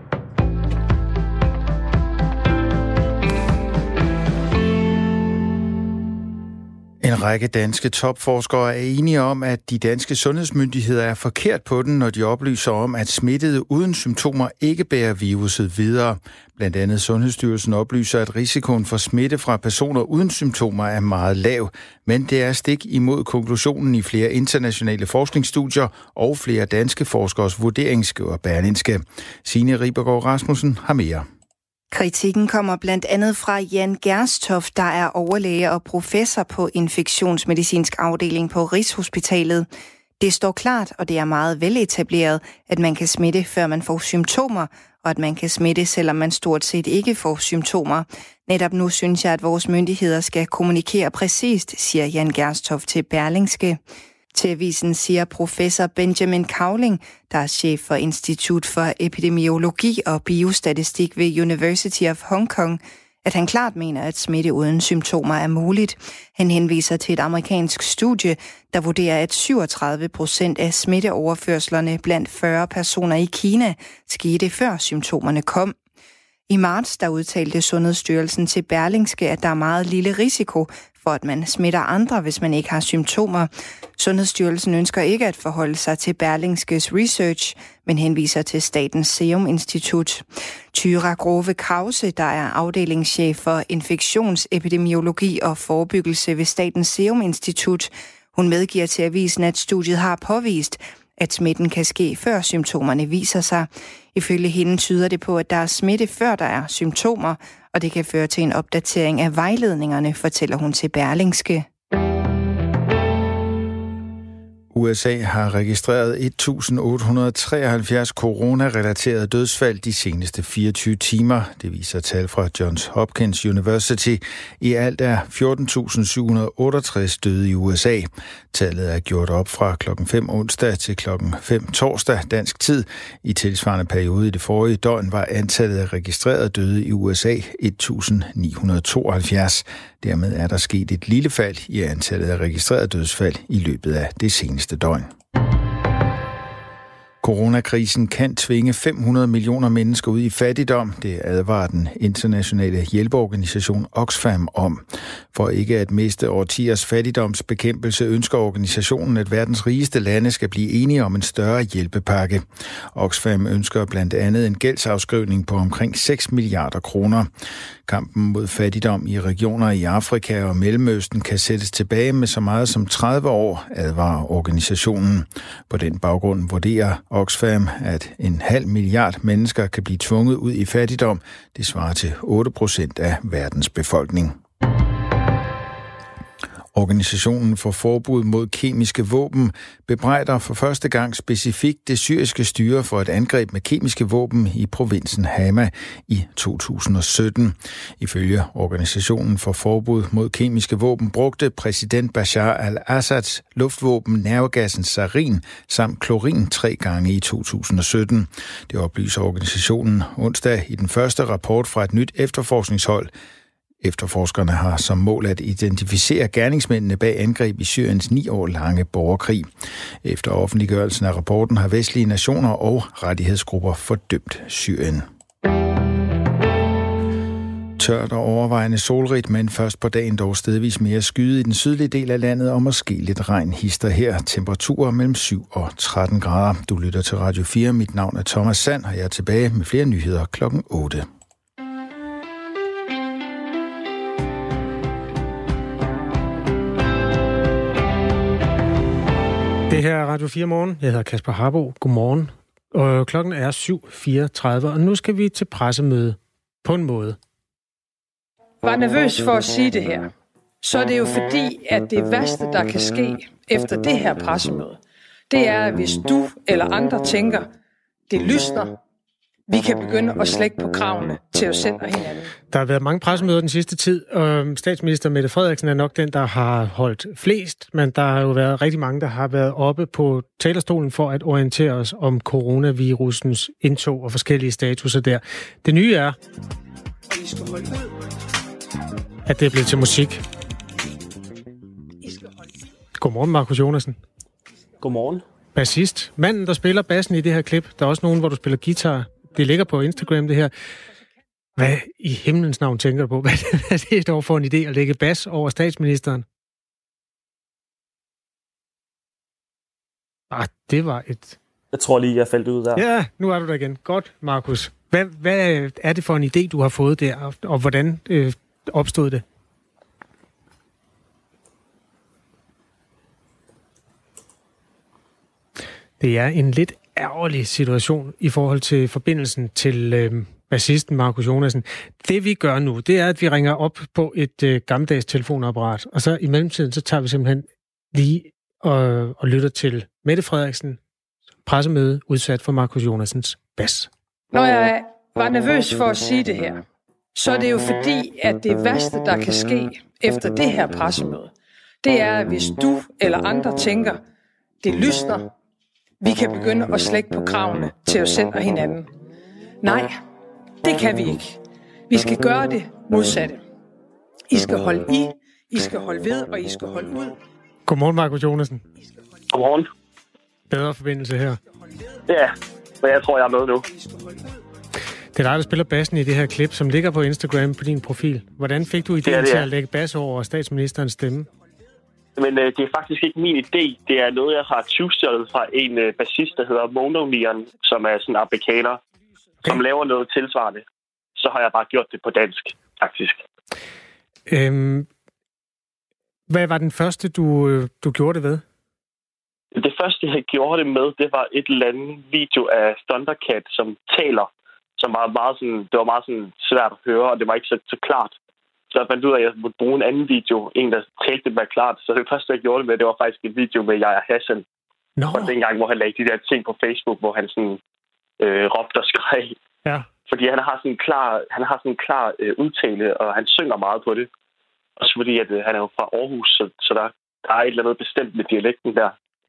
En række danske topforskere er enige om, at de danske sundhedsmyndigheder er forkert på den, når de oplyser om, at smittede uden symptomer ikke bærer viruset videre. Blandt andet Sundhedsstyrelsen oplyser, at risikoen for smitte fra personer uden symptomer er meget lav, men det er stik imod konklusionen i flere internationale forskningsstudier og flere danske forskers vurdering, skriver Berlingske. Signe Ribergaard Rasmussen har mere. Kritikken kommer blandt andet fra Jan Gerstoft, der er overlæge og professor på infektionsmedicinsk afdeling på Rigshospitalet. Det står klart, og det er meget veletableret, at man kan smitte, før man får symptomer, og at man kan smitte, selvom man stort set ikke får symptomer. Netop nu synes jeg, at vores myndigheder skal kommunikere præcist, siger Jan Gerstoft til Berlingske. Til avisen siger professor Benjamin Cowling, der er chef for Institut for Epidemiologi og Biostatistik ved University of Hong Kong, at han klart mener, at smitte uden symptomer er muligt. Han henviser til et amerikansk studie, der vurderer, at syvogtredive procent af smitteoverførslerne blandt fyrre personer i Kina skete før symptomerne kom. I marts der udtalte Sundhedsstyrelsen til Berlingske, at der er meget lille risiko for, at man smitter andre, hvis man ikke har symptomer. Sundhedsstyrelsen ønsker ikke at forholde sig til Berlingskes research, men henviser til Statens Serum Institut. Tyra Grove Krause, der er afdelingschef for infektionsepidemiologi og forebyggelse ved Statens Serum Institut, hun medgiver til avisen, at studiet har påvist, at smitten kan ske før symptomerne viser sig. Ifølge hende tyder det på, at der er smitte før der er symptomer, og det kan føre til en opdatering af vejledningerne, fortæller hun til Berlingske. U S A har registreret et tusind otte hundrede treoghalvfjerds corona-relaterede dødsfald de seneste fireogtyve timer. Det viser tal fra Johns Hopkins University. I alt er fjorten tusind syv hundrede otteogtres døde i U S A. Tallet er gjort op fra klokken fem onsdag til klokken fem torsdag dansk tid. I tilsvarende periode i det forrige døgn var antallet af registrerede døde i U S A et tusind ni hundrede tooghalvfjerds. Dermed er der sket et lille fald i antallet af registrerede dødsfald i løbet af det seneste døgn. Coronakrisen kan tvinge fem hundrede millioner mennesker ud i fattigdom. Det advarer den internationale hjælpeorganisation Oxfam om. For ikke at miste årtiers fattigdomsbekæmpelse ønsker organisationen, at verdens rigeste lande skal blive enige om en større hjælpepakke. Oxfam ønsker blandt andet en gældsafskrivning på omkring seks milliarder kroner. Kampen mod fattigdom i regioner i Afrika og Mellemøsten kan sættes tilbage med så meget som tredive år, advarer organisationen. På den baggrund vurderer Oxfam, at en halv milliard mennesker kan blive tvunget ud i fattigdom. Det svarer til otte procent af verdens befolkning. Organisationen for forbud mod kemiske våben bebrejder for første gang specifikt det syriske styre for et angreb med kemiske våben i provinsen Hama i to tusind og sytten. Ifølge Organisationen for forbud mod kemiske våben brugte præsident Bashar al-Assads luftvåben nervegassen sarin samt klorin tre gange i to tusind og sytten. Det oplyser organisationen onsdag i den første rapport fra et nyt efterforskningshold. Efterforskerne har som mål at identificere gerningsmændene bag angreb i Syriens ni år lange borgerkrig. Efter offentliggørelsen af rapporten har vestlige nationer og rettighedsgrupper fordømt Syrien. Tørt og overvejende solrigt, men først på dagen dog stedvis mere skyde i den sydlige del af landet, og måske lidt regn hister her. Temperaturer mellem syv og tretten grader. Du lytter til Radio fire. Mit navn er Thomas Sand, og jeg er tilbage med flere nyheder klokken otte. Det her er Radio fire Morgen. Jeg hedder Kasper Harbo. Godmorgen. Og klokken er syv fireogtredive, og nu skal vi til pressemøde på en måde. Jeg var nervøs for at sige det her. Så er det jo fordi, at det værste, der kan ske efter det her pressemøde, det er, at hvis du eller andre tænker, det lysner, Vi kan begynde at slække på kravene til os selv og hinanden. Der har været mange pressemøder den sidste tid, og statsminister Mette Frederiksen er nok den, der har holdt flest, men der har jo været rigtig mange, der har været oppe på talerstolen for at orientere os om coronavirusens indtog og forskellige statuser der. Det nye er, at det er blevet til musik. Godmorgen, Markus Jonassen. Godmorgen. Bassist. Manden, der spiller bassen i det her klip. Der er også nogen, hvor du spiller guitar. Det ligger på Instagram, det her. Hvad i himlens navn tænker du på? Hvad er det dog for en idé at lægge bas over statsministeren? Ah, det var et... Jeg tror lige, jeg faldt ud der. Ja, nu er du der igen. Godt, Markus. Hvad, hvad er det for en idé, du har fået der, og, og hvordan øh, opstod det? Det er en lidt ærgerlig situation i forhold til forbindelsen til øh, bassisten Markus Jonassen. Det vi gør nu, det er, at vi ringer op på et øh, gammeldags telefonapparat, og så i mellemtiden, så tager vi simpelthen lige og, og lytter til Mette Frederiksen pressemøde udsat for Markus Jonassens bas. Når jeg var nervøs for at sige det her, så er det jo fordi, at det værste, der kan ske efter det her pressemøde, det er, hvis du eller andre tænker, det lysner, vi kan begynde at slække på kravene til os selv og hinanden. Nej, det kan vi ikke. Vi skal gøre det modsatte. I skal holde i, I skal holde ved, og I skal holde ud. Godmorgen, Markus Jonassen. Godmorgen. Bedre forbindelse her. Ja, men jeg tror, jeg er med nu. Det er dig, der spiller bassen i det her klip, som ligger på Instagram på din profil. Hvordan fik du idéen det det, til at lægge bas over statsministerens stemme? Men øh, det er faktisk ikke min idé. Det er noget, jeg har tyvstjålet fra en øh, bassist, der hedder Mononian, som er sådan en afrikaner, okay, som laver noget tilsvarende. Så har jeg bare gjort det på dansk, faktisk. Øhm, hvad var den første, du, du gjorde det ved? Det første, jeg gjorde det med, det var et eller andet video af Thundercat, som taler, som var meget sådan, det var meget sådan svært at høre, og det var ikke så, så klart. Så jeg fandt ud af, at jeg måtte bruge en anden video, en der talte det mere klart. Så det første, jeg gjorde det med, det var faktisk en video med Yahya Hassan. No. Og dengang, hvor han lagde de der ting på Facebook, hvor han sådan øh, råbte og skreg. Ja. Fordi han har sådan en klar, han har sådan en klar øh, udtale, og han synger meget på det. Også fordi, at øh, han er jo fra Aarhus, så, så der, der er et eller andet bestemt med dialekten der.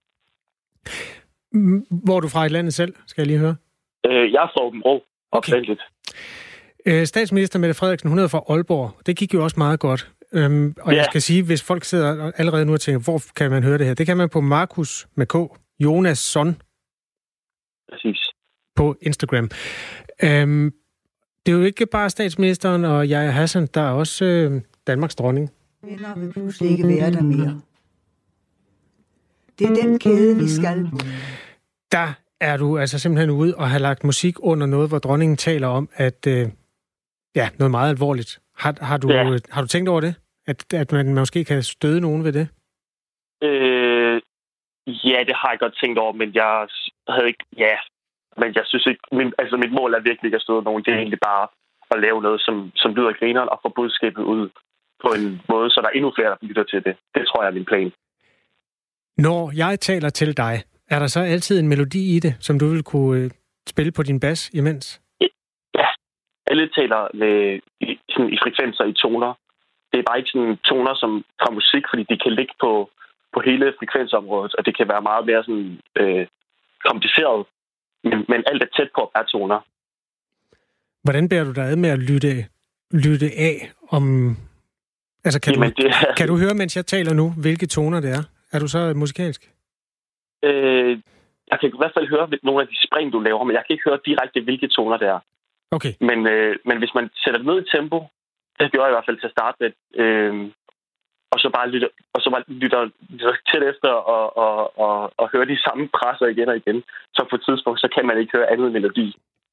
Hvor er du fra i landet selv, skal jeg lige høre? Øh, jeg er fra Åbenrå. Okay. Øh, statsminister Mette Frederiksen, hun er fra Aalborg. Det gik jo også meget godt. Øhm, og ja. Jeg skal sige, hvis folk sidder allerede nu og tænker, hvor kan man høre det her? Det kan man på Markus med K. Jonasson. Præcis. På Instagram. Øhm, det er jo ikke bare statsministeren og Yahya Hassan, der er også øh, Danmarks dronning. Venner vil pludselig ikke være der mere. Det er den kæde, vi skal. Der er du altså simpelthen ude og har lagt musik under noget, hvor dronningen taler om, at øh, ja, noget meget alvorligt. Har, har, du, ja. har du tænkt over det? At, at man måske kan støde nogen ved det? Øh, ja, det har jeg godt tænkt over, men jeg havde ikke... Ja, men jeg synes ikke... Min, altså, mit mål er virkelig ikke at støde nogen. Det er egentlig bare at lave noget, som, som lyder grineren og få budskabet ud på en måde, så der er endnu flere, der lytter til det. Det tror jeg er min plan. Når jeg taler til dig, er der så altid en melodi i det, som du vil kunne øh, spille på din bas imens? Ja, alle taler med, i, sådan, i frekvenser, i toner. Det er bare ikke sådan toner som fra musik, fordi de kan ligge på, på hele frekvensområdet, og det kan være meget mere sådan, øh, kompliceret. Men, men alt er tæt på at være toner. Hvordan bærer du dig ad med at lytte, lytte af om... Altså, kan, Jamen, du, det er... kan du høre, mens jeg taler nu, hvilke toner det er? Er du så musikalsk? Øh, jeg kan i hvert fald høre nogle af de spring, du laver, men jeg kan ikke høre direkte, hvilke toner det er. Okay. Men, øh, men hvis man sætter det ned i tempo, det gjorde jeg i hvert fald til at starte med, øh, og så bare lytter, og så bare lytter, lytter tæt efter og, og, og, og høre de samme presser igen og igen, så på et tidspunkt, så kan man ikke høre andet melodi.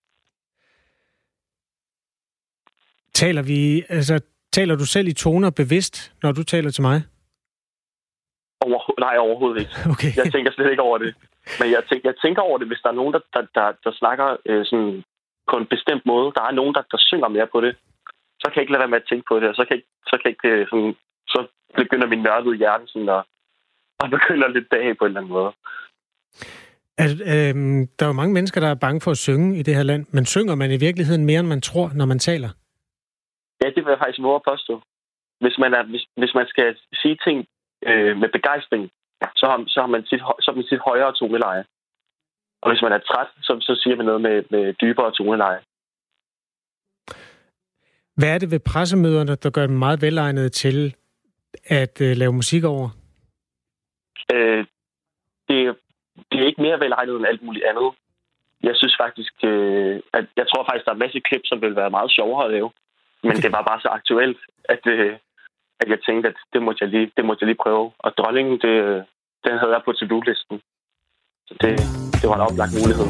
Taler vi, altså, taler du selv i toner bevidst, når du taler til mig? Overho- nej, overhovedet ikke. Okay. Jeg tænker slet ikke over det. Men jeg tænker, jeg tænker over det, hvis der er nogen, der, der, der, der snakker øh, sådan på en bestemt måde. Der er nogen, der, der synger mere på det. Så kan jeg ikke lade være med at tænke på det. Så kan jeg, så kan jeg ikke sådan, så begynder min nørdede hjerne sådan at, at begynde lidt bag på en eller anden måde. Altså, øh, der er jo mange mennesker, der er bange for at synge i det her land, men synger man i virkeligheden mere, end man tror, når man taler? Ja, det vil jeg faktisk våge at påstå. Hvis man, er, hvis, hvis man skal sige ting øh, med begejstring, så har, så har man sit, så har man sit højere toneleje. Og hvis man er træt, så, så siger man noget med, med dybere toneleje. Hvad er det ved pressemøderne, der gør dem meget velegnede til at øh, lave musik over? Øh, det, det er ikke mere velegnet end alt muligt andet. Jeg synes faktisk, øh, at jeg tror faktisk, der er en masse klip, som vil være meget sjovere at lave. Men okay. Det var bare så aktuelt, at, øh, at jeg tænkte, at det måtte jeg lige, det måtte jeg lige prøve. Og dronningen, det, den havde jeg på to-do-listen. Så det, det var en oplagt mulighed.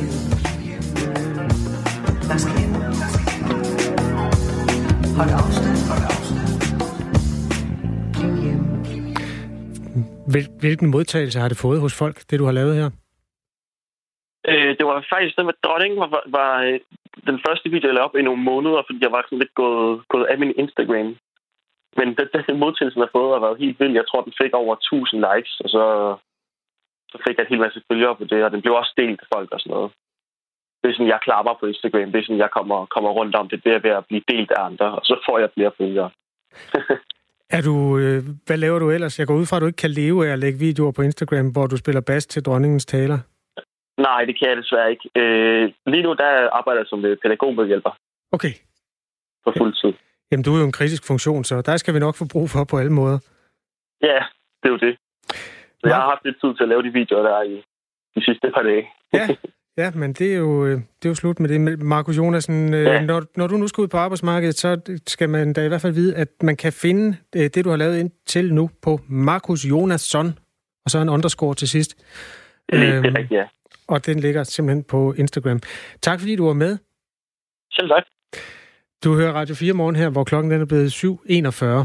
Hold afstand, hold afstand. Bliv hjemme. Hvilken modtagelse har det fået hos folk, det du har lavet her? Øh, det var faktisk det med dronningen, var, var, var øh, den første video, jeg lavede op i nogle måneder, fordi jeg var sådan lidt gået, gået af min Instagram. Men den, den modtagelse, den har fået, har været helt vild. Jeg tror, den fik over tusind likes, og så, så fik jeg en hel masse følgere på det, og den blev også delt af folk og sådan noget. Det er sådan, jeg klapper på Instagram. Det er sådan, jeg kommer, kommer rundt om det. Det er ved at blive delt af andre, og så får jeg flere følgere. Er du, øh, hvad laver du ellers? Jeg går ud fra, at du ikke kan leve af at lægge videoer på Instagram, hvor du spiller bas til dronningens taler. Nej, det kan jeg desværre ikke. Øh, lige nu der arbejder jeg som pædagogmedhjælper. Okay. På fuld tid. Jamen, du er jo en kritisk funktion, så der skal vi nok få brug for på alle måder. Ja, det er jo det. Så jeg har haft lidt tid til at lave de videoer der i de sidste par dage. Ja, ja, men det er jo, det er jo slut med det. Markus Jonassen, ja. når, når du nu skal ud på arbejdsmarkedet, så skal man da i hvert fald vide, at man kan finde det, du har lavet indtil nu på Markus Jonasson, og så en underscore til sidst. Det er øhm, rigtigt, ja. Og den ligger simpelthen på Instagram. Tak fordi du var med. Selv tak. Du hører Radio fire morgen her, hvor klokken den er blevet syv enogfyrre.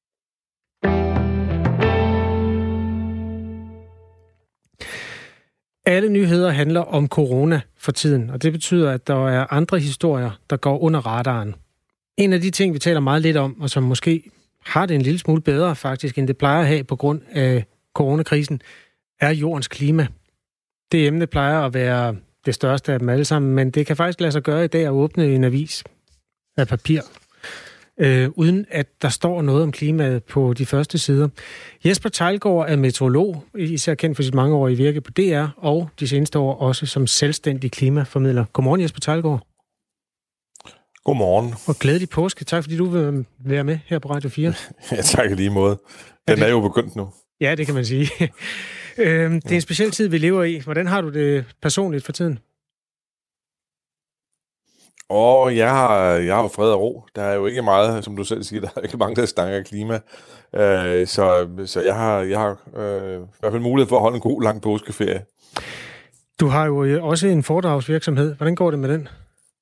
Alle nyheder handler om corona for tiden, og det betyder, at der er andre historier, der går under radaren. En af de ting, vi taler meget lidt om, og som måske har det en lille smule bedre faktisk, end det plejer at have på grund af coronakrisen, er jordens klima. Det emne plejer at være det største af dem alle sammen, men det kan faktisk lade sig gøre i dag at åbne en avis af papir, øh, uden at der står noget om klimaet på de første sider. Jesper Theilgaard er meteorolog, især kendt for sit mangeårige virke på D R, og de seneste år også som selvstændig klimaformidler. Godmorgen, Jesper Theilgaard. Godmorgen. Og glædelig påske. Tak fordi du vil være med her på Radio fire. Ja, tak i lige måde. Den er, er jo begyndt nu. Ja, det kan man sige. øhm, det er en speciel tid, vi lever i. Hvordan har du det personligt for tiden? Og jeg har, jeg har fred og ro. Der er jo ikke meget, som du selv siger, der er ikke mange, der snakker klima. Øh, så, så jeg har, jeg har øh, i hvert fald mulighed for at holde en god, lang påskeferie. Du har jo også en foredragsvirksomhed. Hvordan går det med den?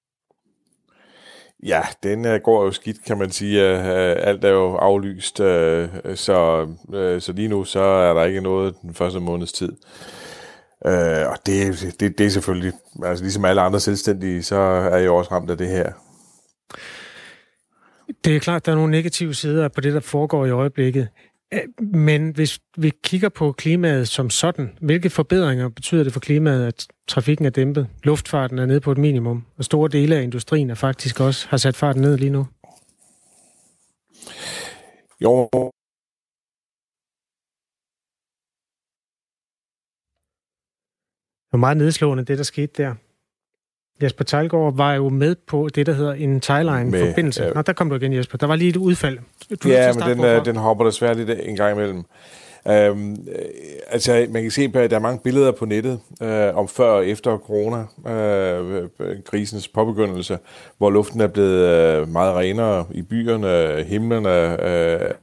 Ja, den uh, går jo skidt, kan man sige. Uh, alt er jo aflyst, uh, så, uh, så lige nu så er der ikke noget den første måneds tid. Uh, og det, det, det er selvfølgelig, altså ligesom alle andre selvstændige, så er jeg jo også ramt af det her. Det er klart, der er nogle negative sider på det, der foregår i øjeblikket. Men hvis vi kigger på klimaet som sådan, hvilke forbedringer betyder det for klimaet, at trafikken er dæmpet, luftfarten er nede på et minimum, og store dele af industrien er faktisk også har sat farten ned lige nu? Jo. Det var meget nedslående, det der skete der. Jesper Theilgaard var jo med på det, der hedder en Thailand-forbindelse. Øh, Nå, der kom du igen, Jesper. Der var lige et udfald. Du ja, men den, øh, den hopper desværre lidt en gang imellem. Øhm, øh, altså, man kan se, at der er mange billeder på nettet øh, om før og efter corona-krisens øh, påbegyndelse, hvor luften er blevet øh, meget renere i byerne, himlene. Øh,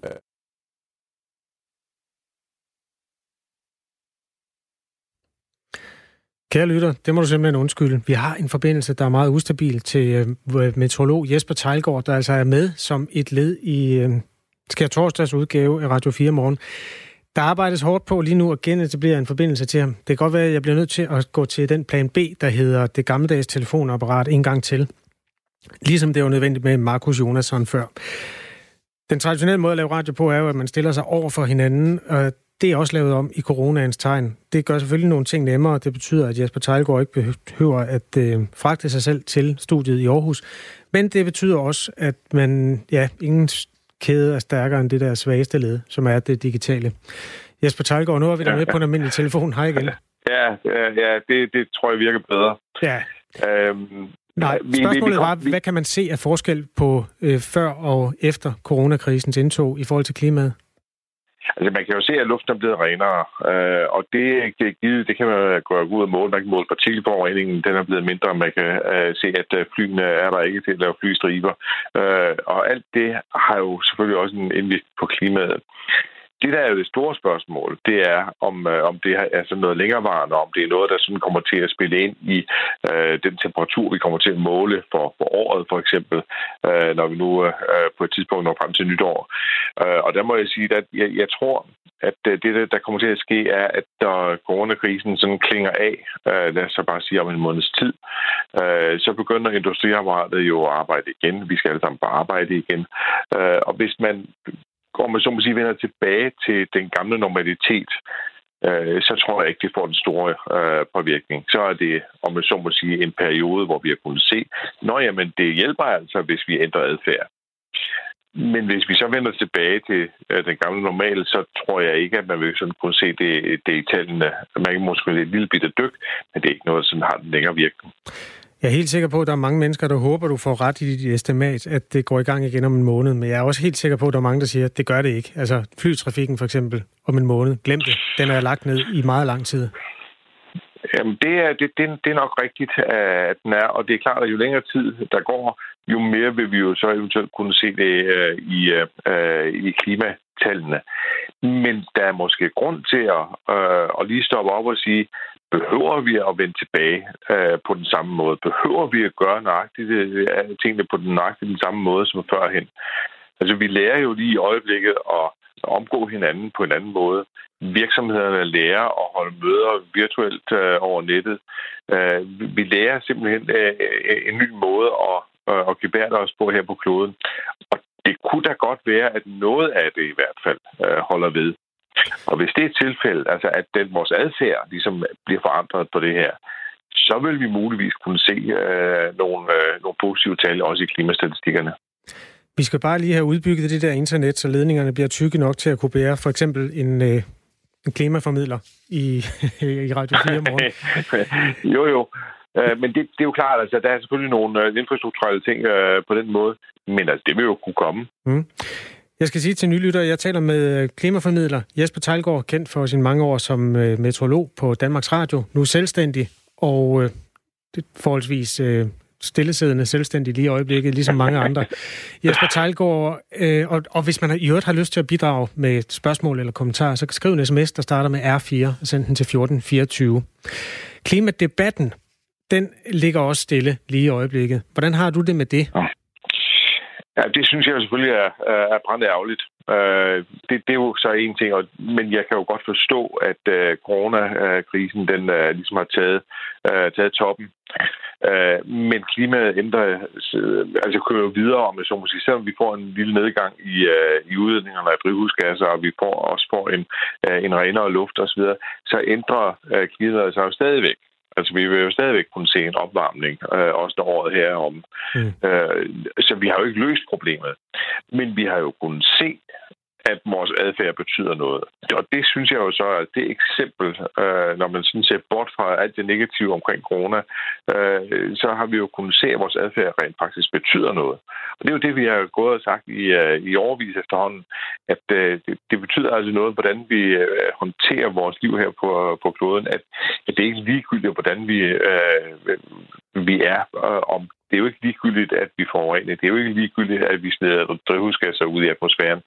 Kære lytter, det må du simpelthen undskylde. Vi har en forbindelse, der er meget ustabil til uh, meteorolog Jesper Theilgaard, der altså er med som et led i uh, skærtorsdags udgave af Radio fire morgen. Der arbejdes hårdt på lige nu at genetablere en forbindelse til ham. Det kan godt være, at jeg bliver nødt til at gå til den plan B, der hedder det gammeldags telefonapparat en gang til. Ligesom det var nødvendigt med Markus Jonasson før. Den traditionelle måde at lave radio på er jo, at man stiller sig over for hinanden, og Det er også lavet om i coronaens tegn. Det gør selvfølgelig nogle ting nemmere. Det betyder, at Jesper Theilgaard ikke behøver at øh, fragte sig selv til studiet i Aarhus. Men det betyder også, at man, ja, ingen kæde er stærkere end det der svageste led, som er det digitale. Jesper Theilgaard, nu er vi der med på en almindelig telefon. Hej igen. Ja, ja det, det tror jeg virker bedre. Ja. Øhm, Nej, spørgsmålet var, hvad kan man se af forskel på øh, før og efter coronakrisens indtog i forhold til klimaet? Altså, man kan jo se, at luften er blevet renere, øh, og det, det, det kan man gå ud og måle. Man kan måle partikelforureningen, den er blevet mindre. Man kan øh, se, at flyene er der ikke til at lave flystriber. Øh, og alt det har jo selvfølgelig også en indvirkning på klimaet. Det, der er jo det store spørgsmål, det er, om, øh, om det er sådan noget længerevarende, om det er noget, der sådan kommer til at spille ind i øh, den temperatur, vi kommer til at måle for, for året, for eksempel, øh, når vi nu øh, på et tidspunkt når frem til nytår. Øh, og der må jeg sige, at jeg, jeg tror, at det, der kommer til at ske, er, at når coronakrisen sådan klinger af, øh, lad os så bare sige om en måneds tid, øh, så begynder industriapparatet jo at arbejde igen. Vi skal alle sammen bare arbejde igen. Øh, og hvis man om man så må sige vender tilbage til den gamle normalitet, øh, så tror jeg ikke, det får den store øh, påvirkning. Så er det, om man så må sige, en periode, hvor vi har kunnet se, nå jamen, det hjælper altså, hvis vi ændrer adfærd. Men hvis vi så vender tilbage til øh, den gamle normale, så tror jeg ikke, at man vil sådan kunne se det, det i tallene. Man kan måske et lille bitte dyk, men det er ikke noget, som har den længere virkning. Jeg er helt sikker på, at der er mange mennesker, der håber, du får ret i dit estimat, at det går i gang igen om en måned. Men jeg er også helt sikker på, at der er mange, der siger, at det gør det ikke. Altså flytrafikken for eksempel om en måned. Glem det. Den er lagt ned i meget lang tid. Jamen, det er, det, det, det er nok rigtigt, at den er. Og det er klart, at jo længere tid der går, jo mere vil vi jo så eventuelt kunne se det uh, i, uh, i klimatallene. Men der er måske grund til at, uh, at lige stoppe op og sige, behøver vi at vende tilbage uh, på den samme måde? Behøver vi at gøre nøjagtigt uh, tingene på den nøjagtigt den samme måde som førhen? Altså, vi lærer jo lige i øjeblikket at omgå hinanden på en anden måde. Virksomhederne lærer at holde møder virtuelt uh, over nettet. Uh, vi lærer simpelthen uh, en ny måde at, uh, at gebærde os på her på kloden. Og det kunne da godt være, at noget af det i hvert fald uh, holder ved. Og hvis det er et tilfælde, altså at den, vores adfærd ligesom bliver forandret på det her, så vil vi muligvis kunne se uh, nogle, uh, nogle positive tal også i klimastatistikkerne. Vi skal bare lige have udbygget det der internet, så ledningerne bliver tykke nok til at kunne bære for eksempel en, øh, en klimaformidler i, i Radio fire morgen. jo, jo. Uh, men det, det er jo klart, altså der er selvfølgelig nogle uh, infrastrukturelle ting uh, på den måde, men altså, det vil jo kunne komme. Mm. Jeg skal sige til nylyttere, jeg taler med klimaformidler Jesper Theilgaard, kendt for sine mange år som øh, meteorolog på Danmarks Radio, nu selvstændig og øh, det forholdsvis øh, stillesiddende selvstændig lige i øjeblikket, ligesom mange andre. Jesper Theilgaard, øh, og, og hvis man i øvrigt har lyst til at bidrage med et spørgsmål eller kommentar, så kan skrive en sms, der starter med R fire og send den til fjorten fireogtyve. Klimadebatten, den ligger også stille lige i øjeblikket. Hvordan har du det med det? Ja, det synes jeg selvfølgelig er, er brandærgerligt. Uh, det, det er jo så en ting, og, men jeg kan jo godt forstå, at uh, coronakrisen den uh, ligesom har taget, uh, taget toppen. Uh, men klimaet ændrer, uh, altså kører jo videre om, så må sige, selvom vi får en lille nedgang i, uh, i udledningerne af drivhusgasser, og vi får også får en, uh, en renere luft osv., så ændrer uh, klimaet sig jo stadigvæk. Altså, vi vil jo stadigvæk kunne se en opvarmning, øh, også når året her om. Mm. Øh, så vi har jo ikke løst problemet. Men vi har jo kunnet se, at vores adfærd betyder noget. Og det synes jeg jo så er det eksempel, øh, når man sådan ser bort fra alt det negative omkring corona, øh, så har vi jo kunnet se, at vores adfærd rent faktisk betyder noget. Og det er jo det, vi har gået og sagt i, øh, i overvis efterhånden, at øh, det, det betyder altså noget, hvordan vi øh, håndterer vores liv her på, på kloden, at, at det ikke er ligegyldigt, hvordan vi, øh, vi er, øh, om det er jo ikke ligegyldigt, at vi forurener. Det er jo ikke ligegyldigt, at vi smider drivhusgasser ud i atmosfæren.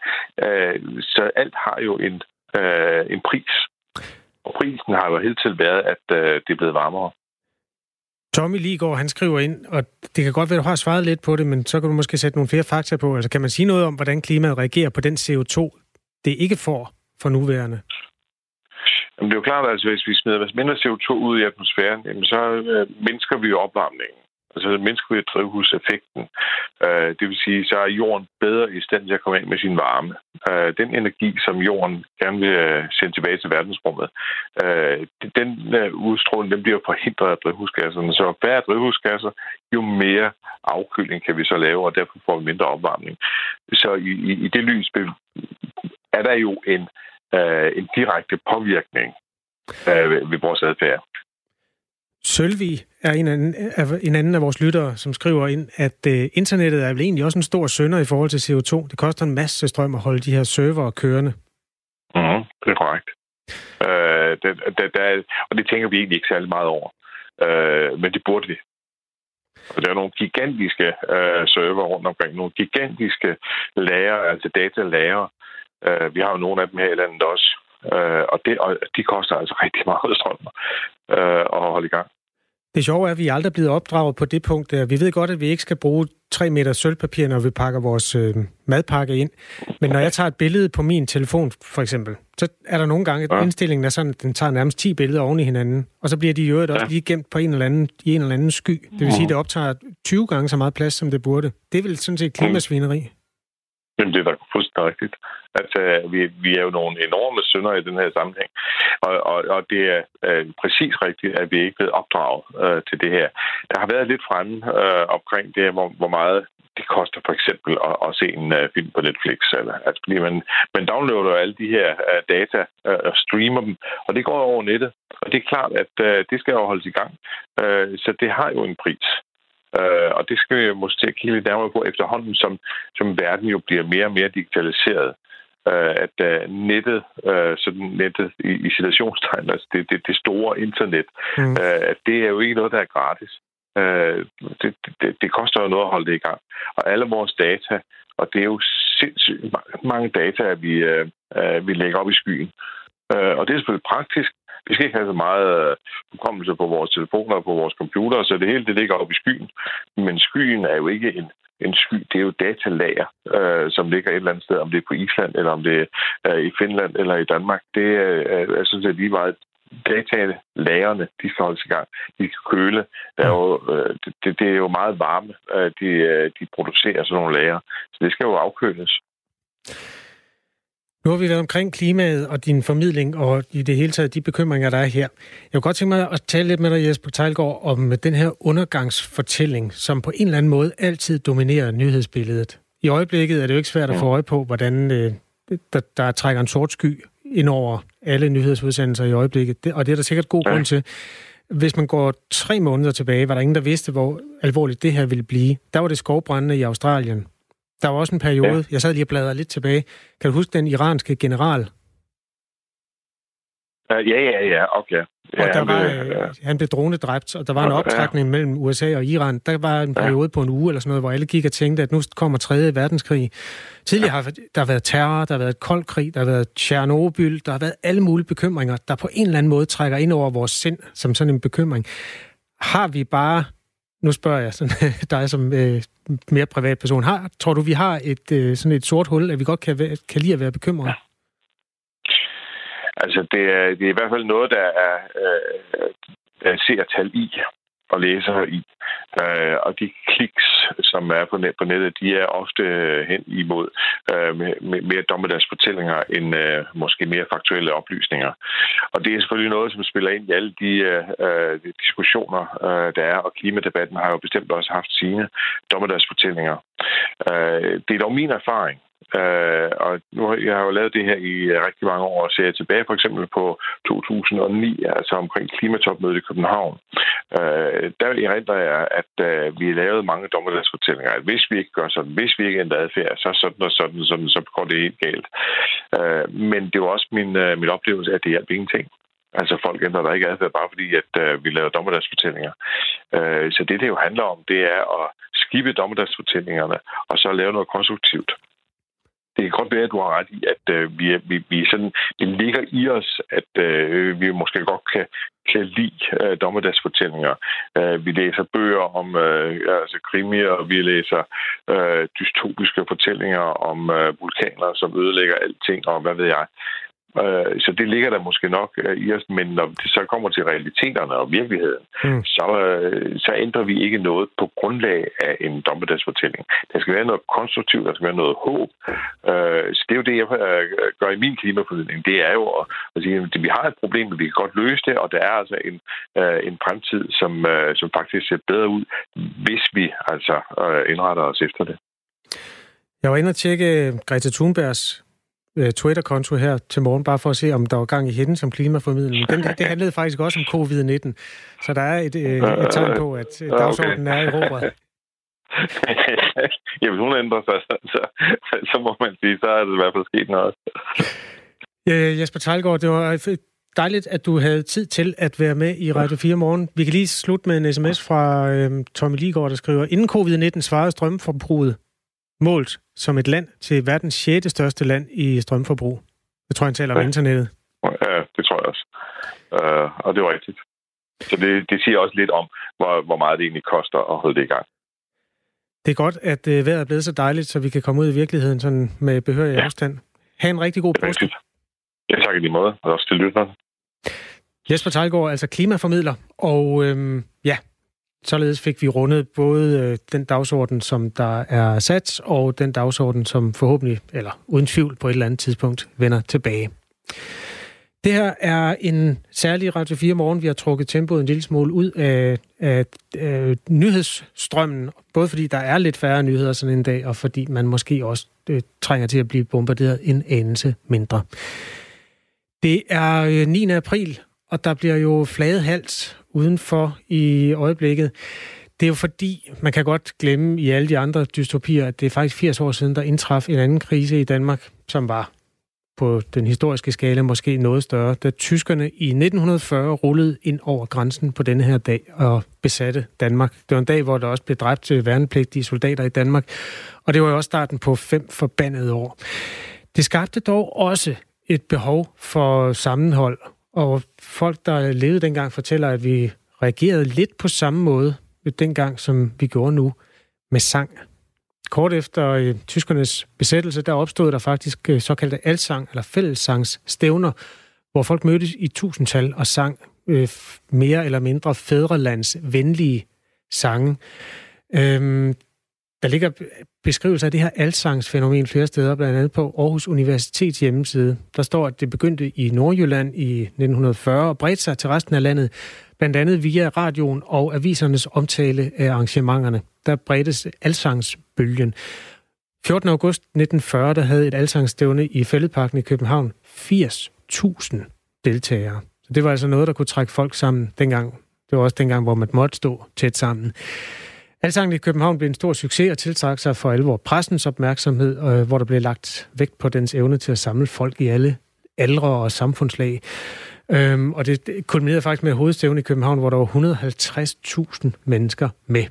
Så alt har jo en, en pris. Og prisen har jo hele tiden været, at det er blevet varmere. Tommy Ligård, han skriver ind, og det kan godt være, at du har svaret lidt på det, men så kan du måske sætte nogle flere fakta på. Altså, kan man sige noget om, hvordan klimaet reagerer på den C O to, det ikke får for nuværende? Jamen, det er jo klart, at altså, hvis vi smider mindre C O to ud i atmosfæren, jamen, så øh, mindsker vi jo opvarmningen. altså mindsker vi drivhuseffekten. Øh, det vil sige, så er jorden bedre i stand til at komme af med sin varme. Øh, den energi, som jorden gerne vil sende tilbage til verdensrummet, øh, den øh, udstråling, den bliver forhindret af drivhusgasserne. Så færre drivhusgasser, jo mere afkøling kan vi så lave, og derfor får vi mindre opvarmning. Så i, i, i det lys er der jo en, øh, en direkte påvirkning øh, ved vores adfærd. Sølvi er en anden, en anden af vores lyttere, som skriver ind, at øh, internettet er vel egentlig også en stor synder i forhold til C O to. Det koster en masse strøm at holde de her servere kørende. Mm, det er korrekt. Øh, det, det, der, og det tænker vi egentlig ikke særlig meget over. Øh, men det burde vi. Og der er nogle gigantiske øh, server rundt omkring, nogle gigantiske lager, altså datalager. Øh, vi har jo nogle af dem her i landet også. Øh, og, det, og de koster altså rigtig meget strøm øh, at holde i gang. Det sjove er, at vi aldrig er blevet opdraget på det punkt der. Vi ved godt, at vi ikke skal bruge tre meter sølvpapir, når vi pakker vores øh, madpakke ind. Men når jeg tager et billede på min telefon, for eksempel, så er der nogle gange, at ja. indstillingen er sådan, at den tager nærmest ti billeder oven i hinanden. Og så bliver de jo også ja. lige gemt på en eller anden, i en eller anden sky. Det vil sige, at det optager tyve gange så meget plads, som det burde. Det er vel sådan set klimasvineri. Jamen, det er da fuldstændig rigtigt. Altså, vi, vi er jo nogle enorme synder i den her sammenhæng. Og, og, og det er øh, præcis rigtigt, at vi ikke er blevet opdraget øh, til det her. Der har været lidt fremme øh, omkring det, hvor, hvor meget det koster for eksempel at, at se en uh, film på Netflix. Eller, altså, fordi man, man downloader alle de her uh, data uh, og streamer dem, og det går over nettet. Og det er klart, at uh, det skal jo holdes i gang. Uh, så det har jo en pris. Uh, og det skal vi måske kigge lidt nærmere på efterhånden, som, som verden jo bliver mere og mere digitaliseret. Uh, at uh, nettet, uh, sådan nettet i, i situationstegn, altså det, det, det store internet, mm. uh, det er jo ikke noget, der er gratis. Uh, det, det, det koster jo noget at holde det i gang. Og alle vores data, og det er jo sindssygt mange data, at vi, uh, uh, vi lægger op i skyen. Uh, og det er selvfølgelig praktisk. Vi skal ikke have så meget hukommelse på vores telefoner og på vores computer, så det hele det ligger op i skyen. Men skyen er jo ikke en, en sky, det er jo datalager, øh, som ligger et eller andet sted, om det er på Island, eller om det er i Finland, eller i Danmark. Det er, er sådan set lige meget datalagerne, de skal holdes i gang. De skal køle. Der er jo, øh, det, det er jo meget varme, øh, de, de producerer sådan nogle lager. Så det skal jo afkøles. Nu har vi været omkring klimaet og din formidling, og i det hele taget de bekymringer, der er her. Jeg kunne godt tænke mig at tale lidt med dig, Jesper Theilgaard, om den her undergangsfortælling, som på en eller anden måde altid dominerer nyhedsbilledet. I øjeblikket er det jo ikke svært at få øje på, hvordan øh, der, der trækker en sort sky ind over alle nyhedsudsendelser i øjeblikket. Det, og det er der sikkert god grund til. Hvis man går tre måneder tilbage, var der ingen, der vidste, hvor alvorligt det her ville blive. Der var det skovbrændende i Australien. Der var også en periode, ja. jeg sad lige og bladrede lidt tilbage. Kan du huske den iranske general? Ja, ja, ja, okay. Ja, og der han, var, blev, ja. han blev dronedræbt, og der var en optrækning ja. mellem U S A og Iran. Der var en periode ja. på en uge eller sådan noget, hvor alle gik og tænkte, at nu kommer tredje verdenskrig. Tidligere ja. har der været terror, der har været kold krig, der har været Tjernobyl, der har været alle mulige bekymringer, der på en eller anden måde trækker ind over vores sind som sådan en bekymring. Har vi bare... Nu spørger jeg sådan, dig som øh, mere privatperson. Har, tror du, vi har et øh, sådan et sort hul, at vi godt kan, kan lide at være bekymrede? Ja. Altså, det er, det er i hvert fald noget, der er øh, seertal i og læser i. Øh, og de kliks, som er på, net, på nettet, de er ofte hen imod øh, med, med mere dommedagsfortællinger end øh, måske mere faktuelle oplysninger. Og det er selvfølgelig noget, som spiller ind i alle de øh, diskussioner, øh, der er, og klimadebatten har jo bestemt også haft sine dommedagsfortællinger. Øh, det er dog min erfaring, Uh, og nu har jeg jo lavet det her i uh, rigtig mange år, og ser jeg tilbage for eksempel på to tusind og ni, altså omkring klimatopmødet i København. Uh, der erindrer jeg, at uh, vi lavede mange dommedagsfortællinger, at hvis vi ikke gør sådan, hvis vi ikke ændrer adfærd, så sådan og sådan, sådan, så går det helt galt. Uh, men det var også min, uh, min oplevelse, at det hjalp ingenting. Altså folk ændrer der ikke adfærd, bare fordi at uh, vi laver dommedagsfortællinger. Uh, så det, det jo handler om, det er at skippe dommedagsfortællingerne, og så lave noget konstruktivt. Det kan godt være, at du har ret i, at øh, vi, vi, vi sådan, det ligger i os, at øh, vi måske godt kan, kan lide øh, dommedagsfortællinger. Øh, vi læser bøger om øh, altså krimier, og vi læser øh, dystopiske fortællinger om øh, vulkaner, som ødelægger alting, og hvad ved jeg. Øh, så det ligger der måske nok øh, i os, men når det så kommer til realiteterne og virkeligheden, mm. så, øh, så ændrer vi ikke noget på grundlag af en dommedagsfortælling. Der skal være noget konstruktivt, der skal være noget håb. Øh, så det er jo det, jeg øh, gør i min klimaformidling. Det er jo at, at sige, at vi har et problem, men vi kan godt løse det, og der er altså en, øh, en fremtid, som, øh, som faktisk ser bedre ud, hvis vi altså øh, indretter os efter det. Jeg var inde og tjekke Greta Thunbergs Twitter-konto her til morgen, bare for at se, om der var gang i hende som klimaformidling. Den, det handlede faktisk også om covid nitten, så der er et, et tegn på, at dagsordenen er i roret. Ja, hvis hun ændrer sig, så, så, så må man sige, så er det i hvert fald sket noget. Ja, Jesper Theilgaard, det var dejligt, at du havde tid til at være med i Radio fire Morgen. Vi kan lige slutte med en sms fra øhm, Tommy Liggaard, der skriver, inden covid nitten svarede strømforbruget målt som et land til verdens sjette største land i strømforbrug. Jeg tror, han taler om ja. internettet. Ja, det tror jeg også. Uh, og det var rigtigt. Så det, det siger også lidt om, hvor, hvor meget det egentlig koster at holde det i gang. Det er godt, at uh, vejret er blevet så dejligt, så vi kan komme ud i virkeligheden sådan med behørig ja. afstand. Ha' en rigtig god påske. Ja, tak i lige måde. Og også til lytterne. Jesper Theilgaard, altså klimaformidler. Og øhm, ja, således fik vi rundet både øh, den dagsorden, som der er sat, og den dagsorden, som forhåbentlig, eller uden tvivl på et eller andet tidspunkt, vender tilbage. Det her er en særlig Radio fire Morgen. Vi har trukket tempoet en lille smule ud af, af, af nyhedsstrømmen, både fordi der er lidt færre nyheder sådan en dag, og fordi man måske også øh, trænger til at blive bombarderet en anelse mindre. Det er øh, niende april, og der bliver jo flaget hals udenfor i øjeblikket. Det er jo fordi, man kan godt glemme i alle de andre dystopier, at det er faktisk firs år siden, der indtraf en anden krise i Danmark, som var på den historiske skala måske noget større, da tyskerne i nitten fyrre rullede ind over grænsen på denne her dag og besatte Danmark. Det var en dag, hvor der også blev dræbt værnepligtige soldater i Danmark, og det var jo også starten på fem forbandede år. Det skabte dog også et behov for sammenhold, og folk, der levede dengang, fortæller, at vi reagerede lidt på samme måde dengang, som vi gjorde nu, med sang. Kort efter øh, tyskernes besættelse, der opstod der faktisk øh, såkaldte alsang, eller fællessangsstævner, hvor folk mødtes i tusindtal og sang øh, mere eller mindre fædrelandsvenlige sange. Øhm, der ligger beskrivelser af det her alsangsfænomen flere steder, blandt andet på Aarhus Universitets hjemmeside. Der står, at det begyndte i Nordjylland i nitten fyrre og bredte sig til resten af landet, blandt andet via radioen og avisernes omtale af arrangementerne. Der bredtes alsangsbølgen. fjortende august nitten fyrre, der havde et alsangsstævne i Fælledparken i København firs tusind deltagere. Så det var altså noget, der kunne trække folk sammen dengang. Det var også dengang, hvor man måtte stå tæt sammen. Alsangen i København blev en stor succes og tiltrak sig for alvor pressens opmærksomhed, hvor der blev lagt vægt på dens evne til at samle folk i alle aldre og samfundslag. Øhm, og det kulminerede faktisk med hovedstævne i København, hvor der var et hundrede og halvtreds tusind mennesker med.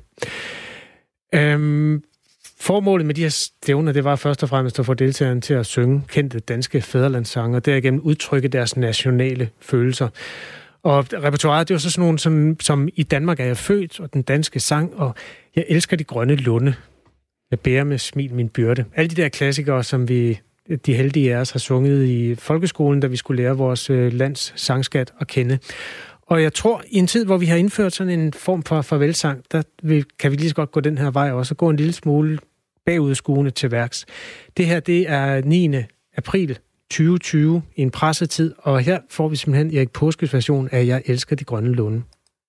Øhm, formålet med de her stævner, det var først og fremmest at få deltagerne til at synge kendte danske fædrelandssange, og derigennem udtrykke deres nationale følelser. Og repertoiret, det var så sådan nogle, som, som i Danmark er jeg født, og den danske sang, og jeg elsker de grønne lunde. Jeg bærer med smil min byrde. Alle de der klassikere, som vi, de heldige af os, har sunget i folkeskolen, da vi skulle lære vores lands sangskat at kende. Og jeg tror, i en tid, hvor vi har indført sådan en form for farvelsang, der kan vi lige så godt gå den her vej også, og gå en lille smule bagudskuende til værks. Det her, det er niende april tyve tyve i en pressetid, og her får vi simpelthen Erik Paaskes version af Jeg elsker de grønne lunde.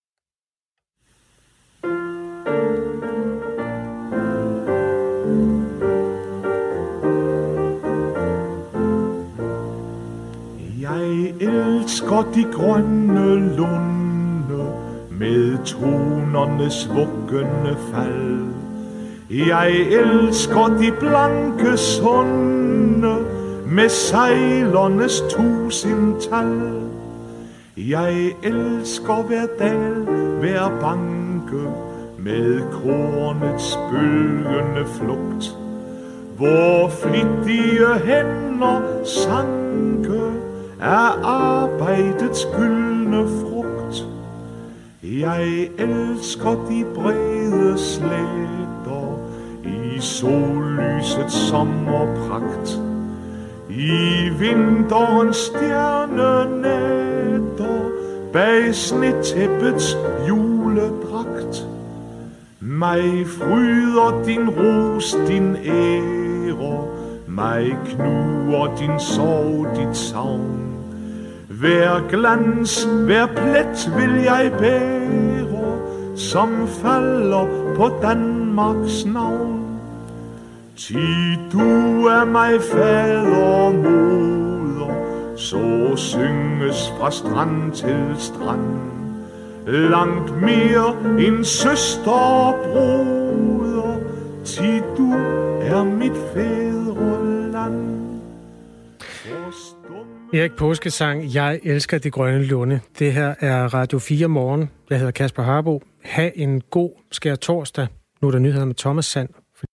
Jeg elsker de grønne lunde med tonernes vuggende fald. Jeg elsker de blanke sunde med sejlernes tusindtal. Jeg elsker hver dal, hver banke med kornets bølgende flugt, hvor flittige hænder sanke af arbejdets gyldne frugt. Jeg elsker de brede slætter i sollysets sommerpragt. I vinterens stjernenætter, bag snetæppets juledragt. Mig fryder din ros, din ære, mig knuger din sorg, dit savn. Hver glans, hver plet vil jeg bære, som falder på Danmarks navn. Ti du er mig fader og moder, så synges fra strand til strand. Langt mere end søster og broder, ti du er mit fædreland. Erik Paaske sang Jeg elsker de grønne lunde. Det her er Radio fire Morgen. Jeg hedder Kasper Harbo. Ha' en god skærtorsdag. Nu er der nyheder med Thomas Sand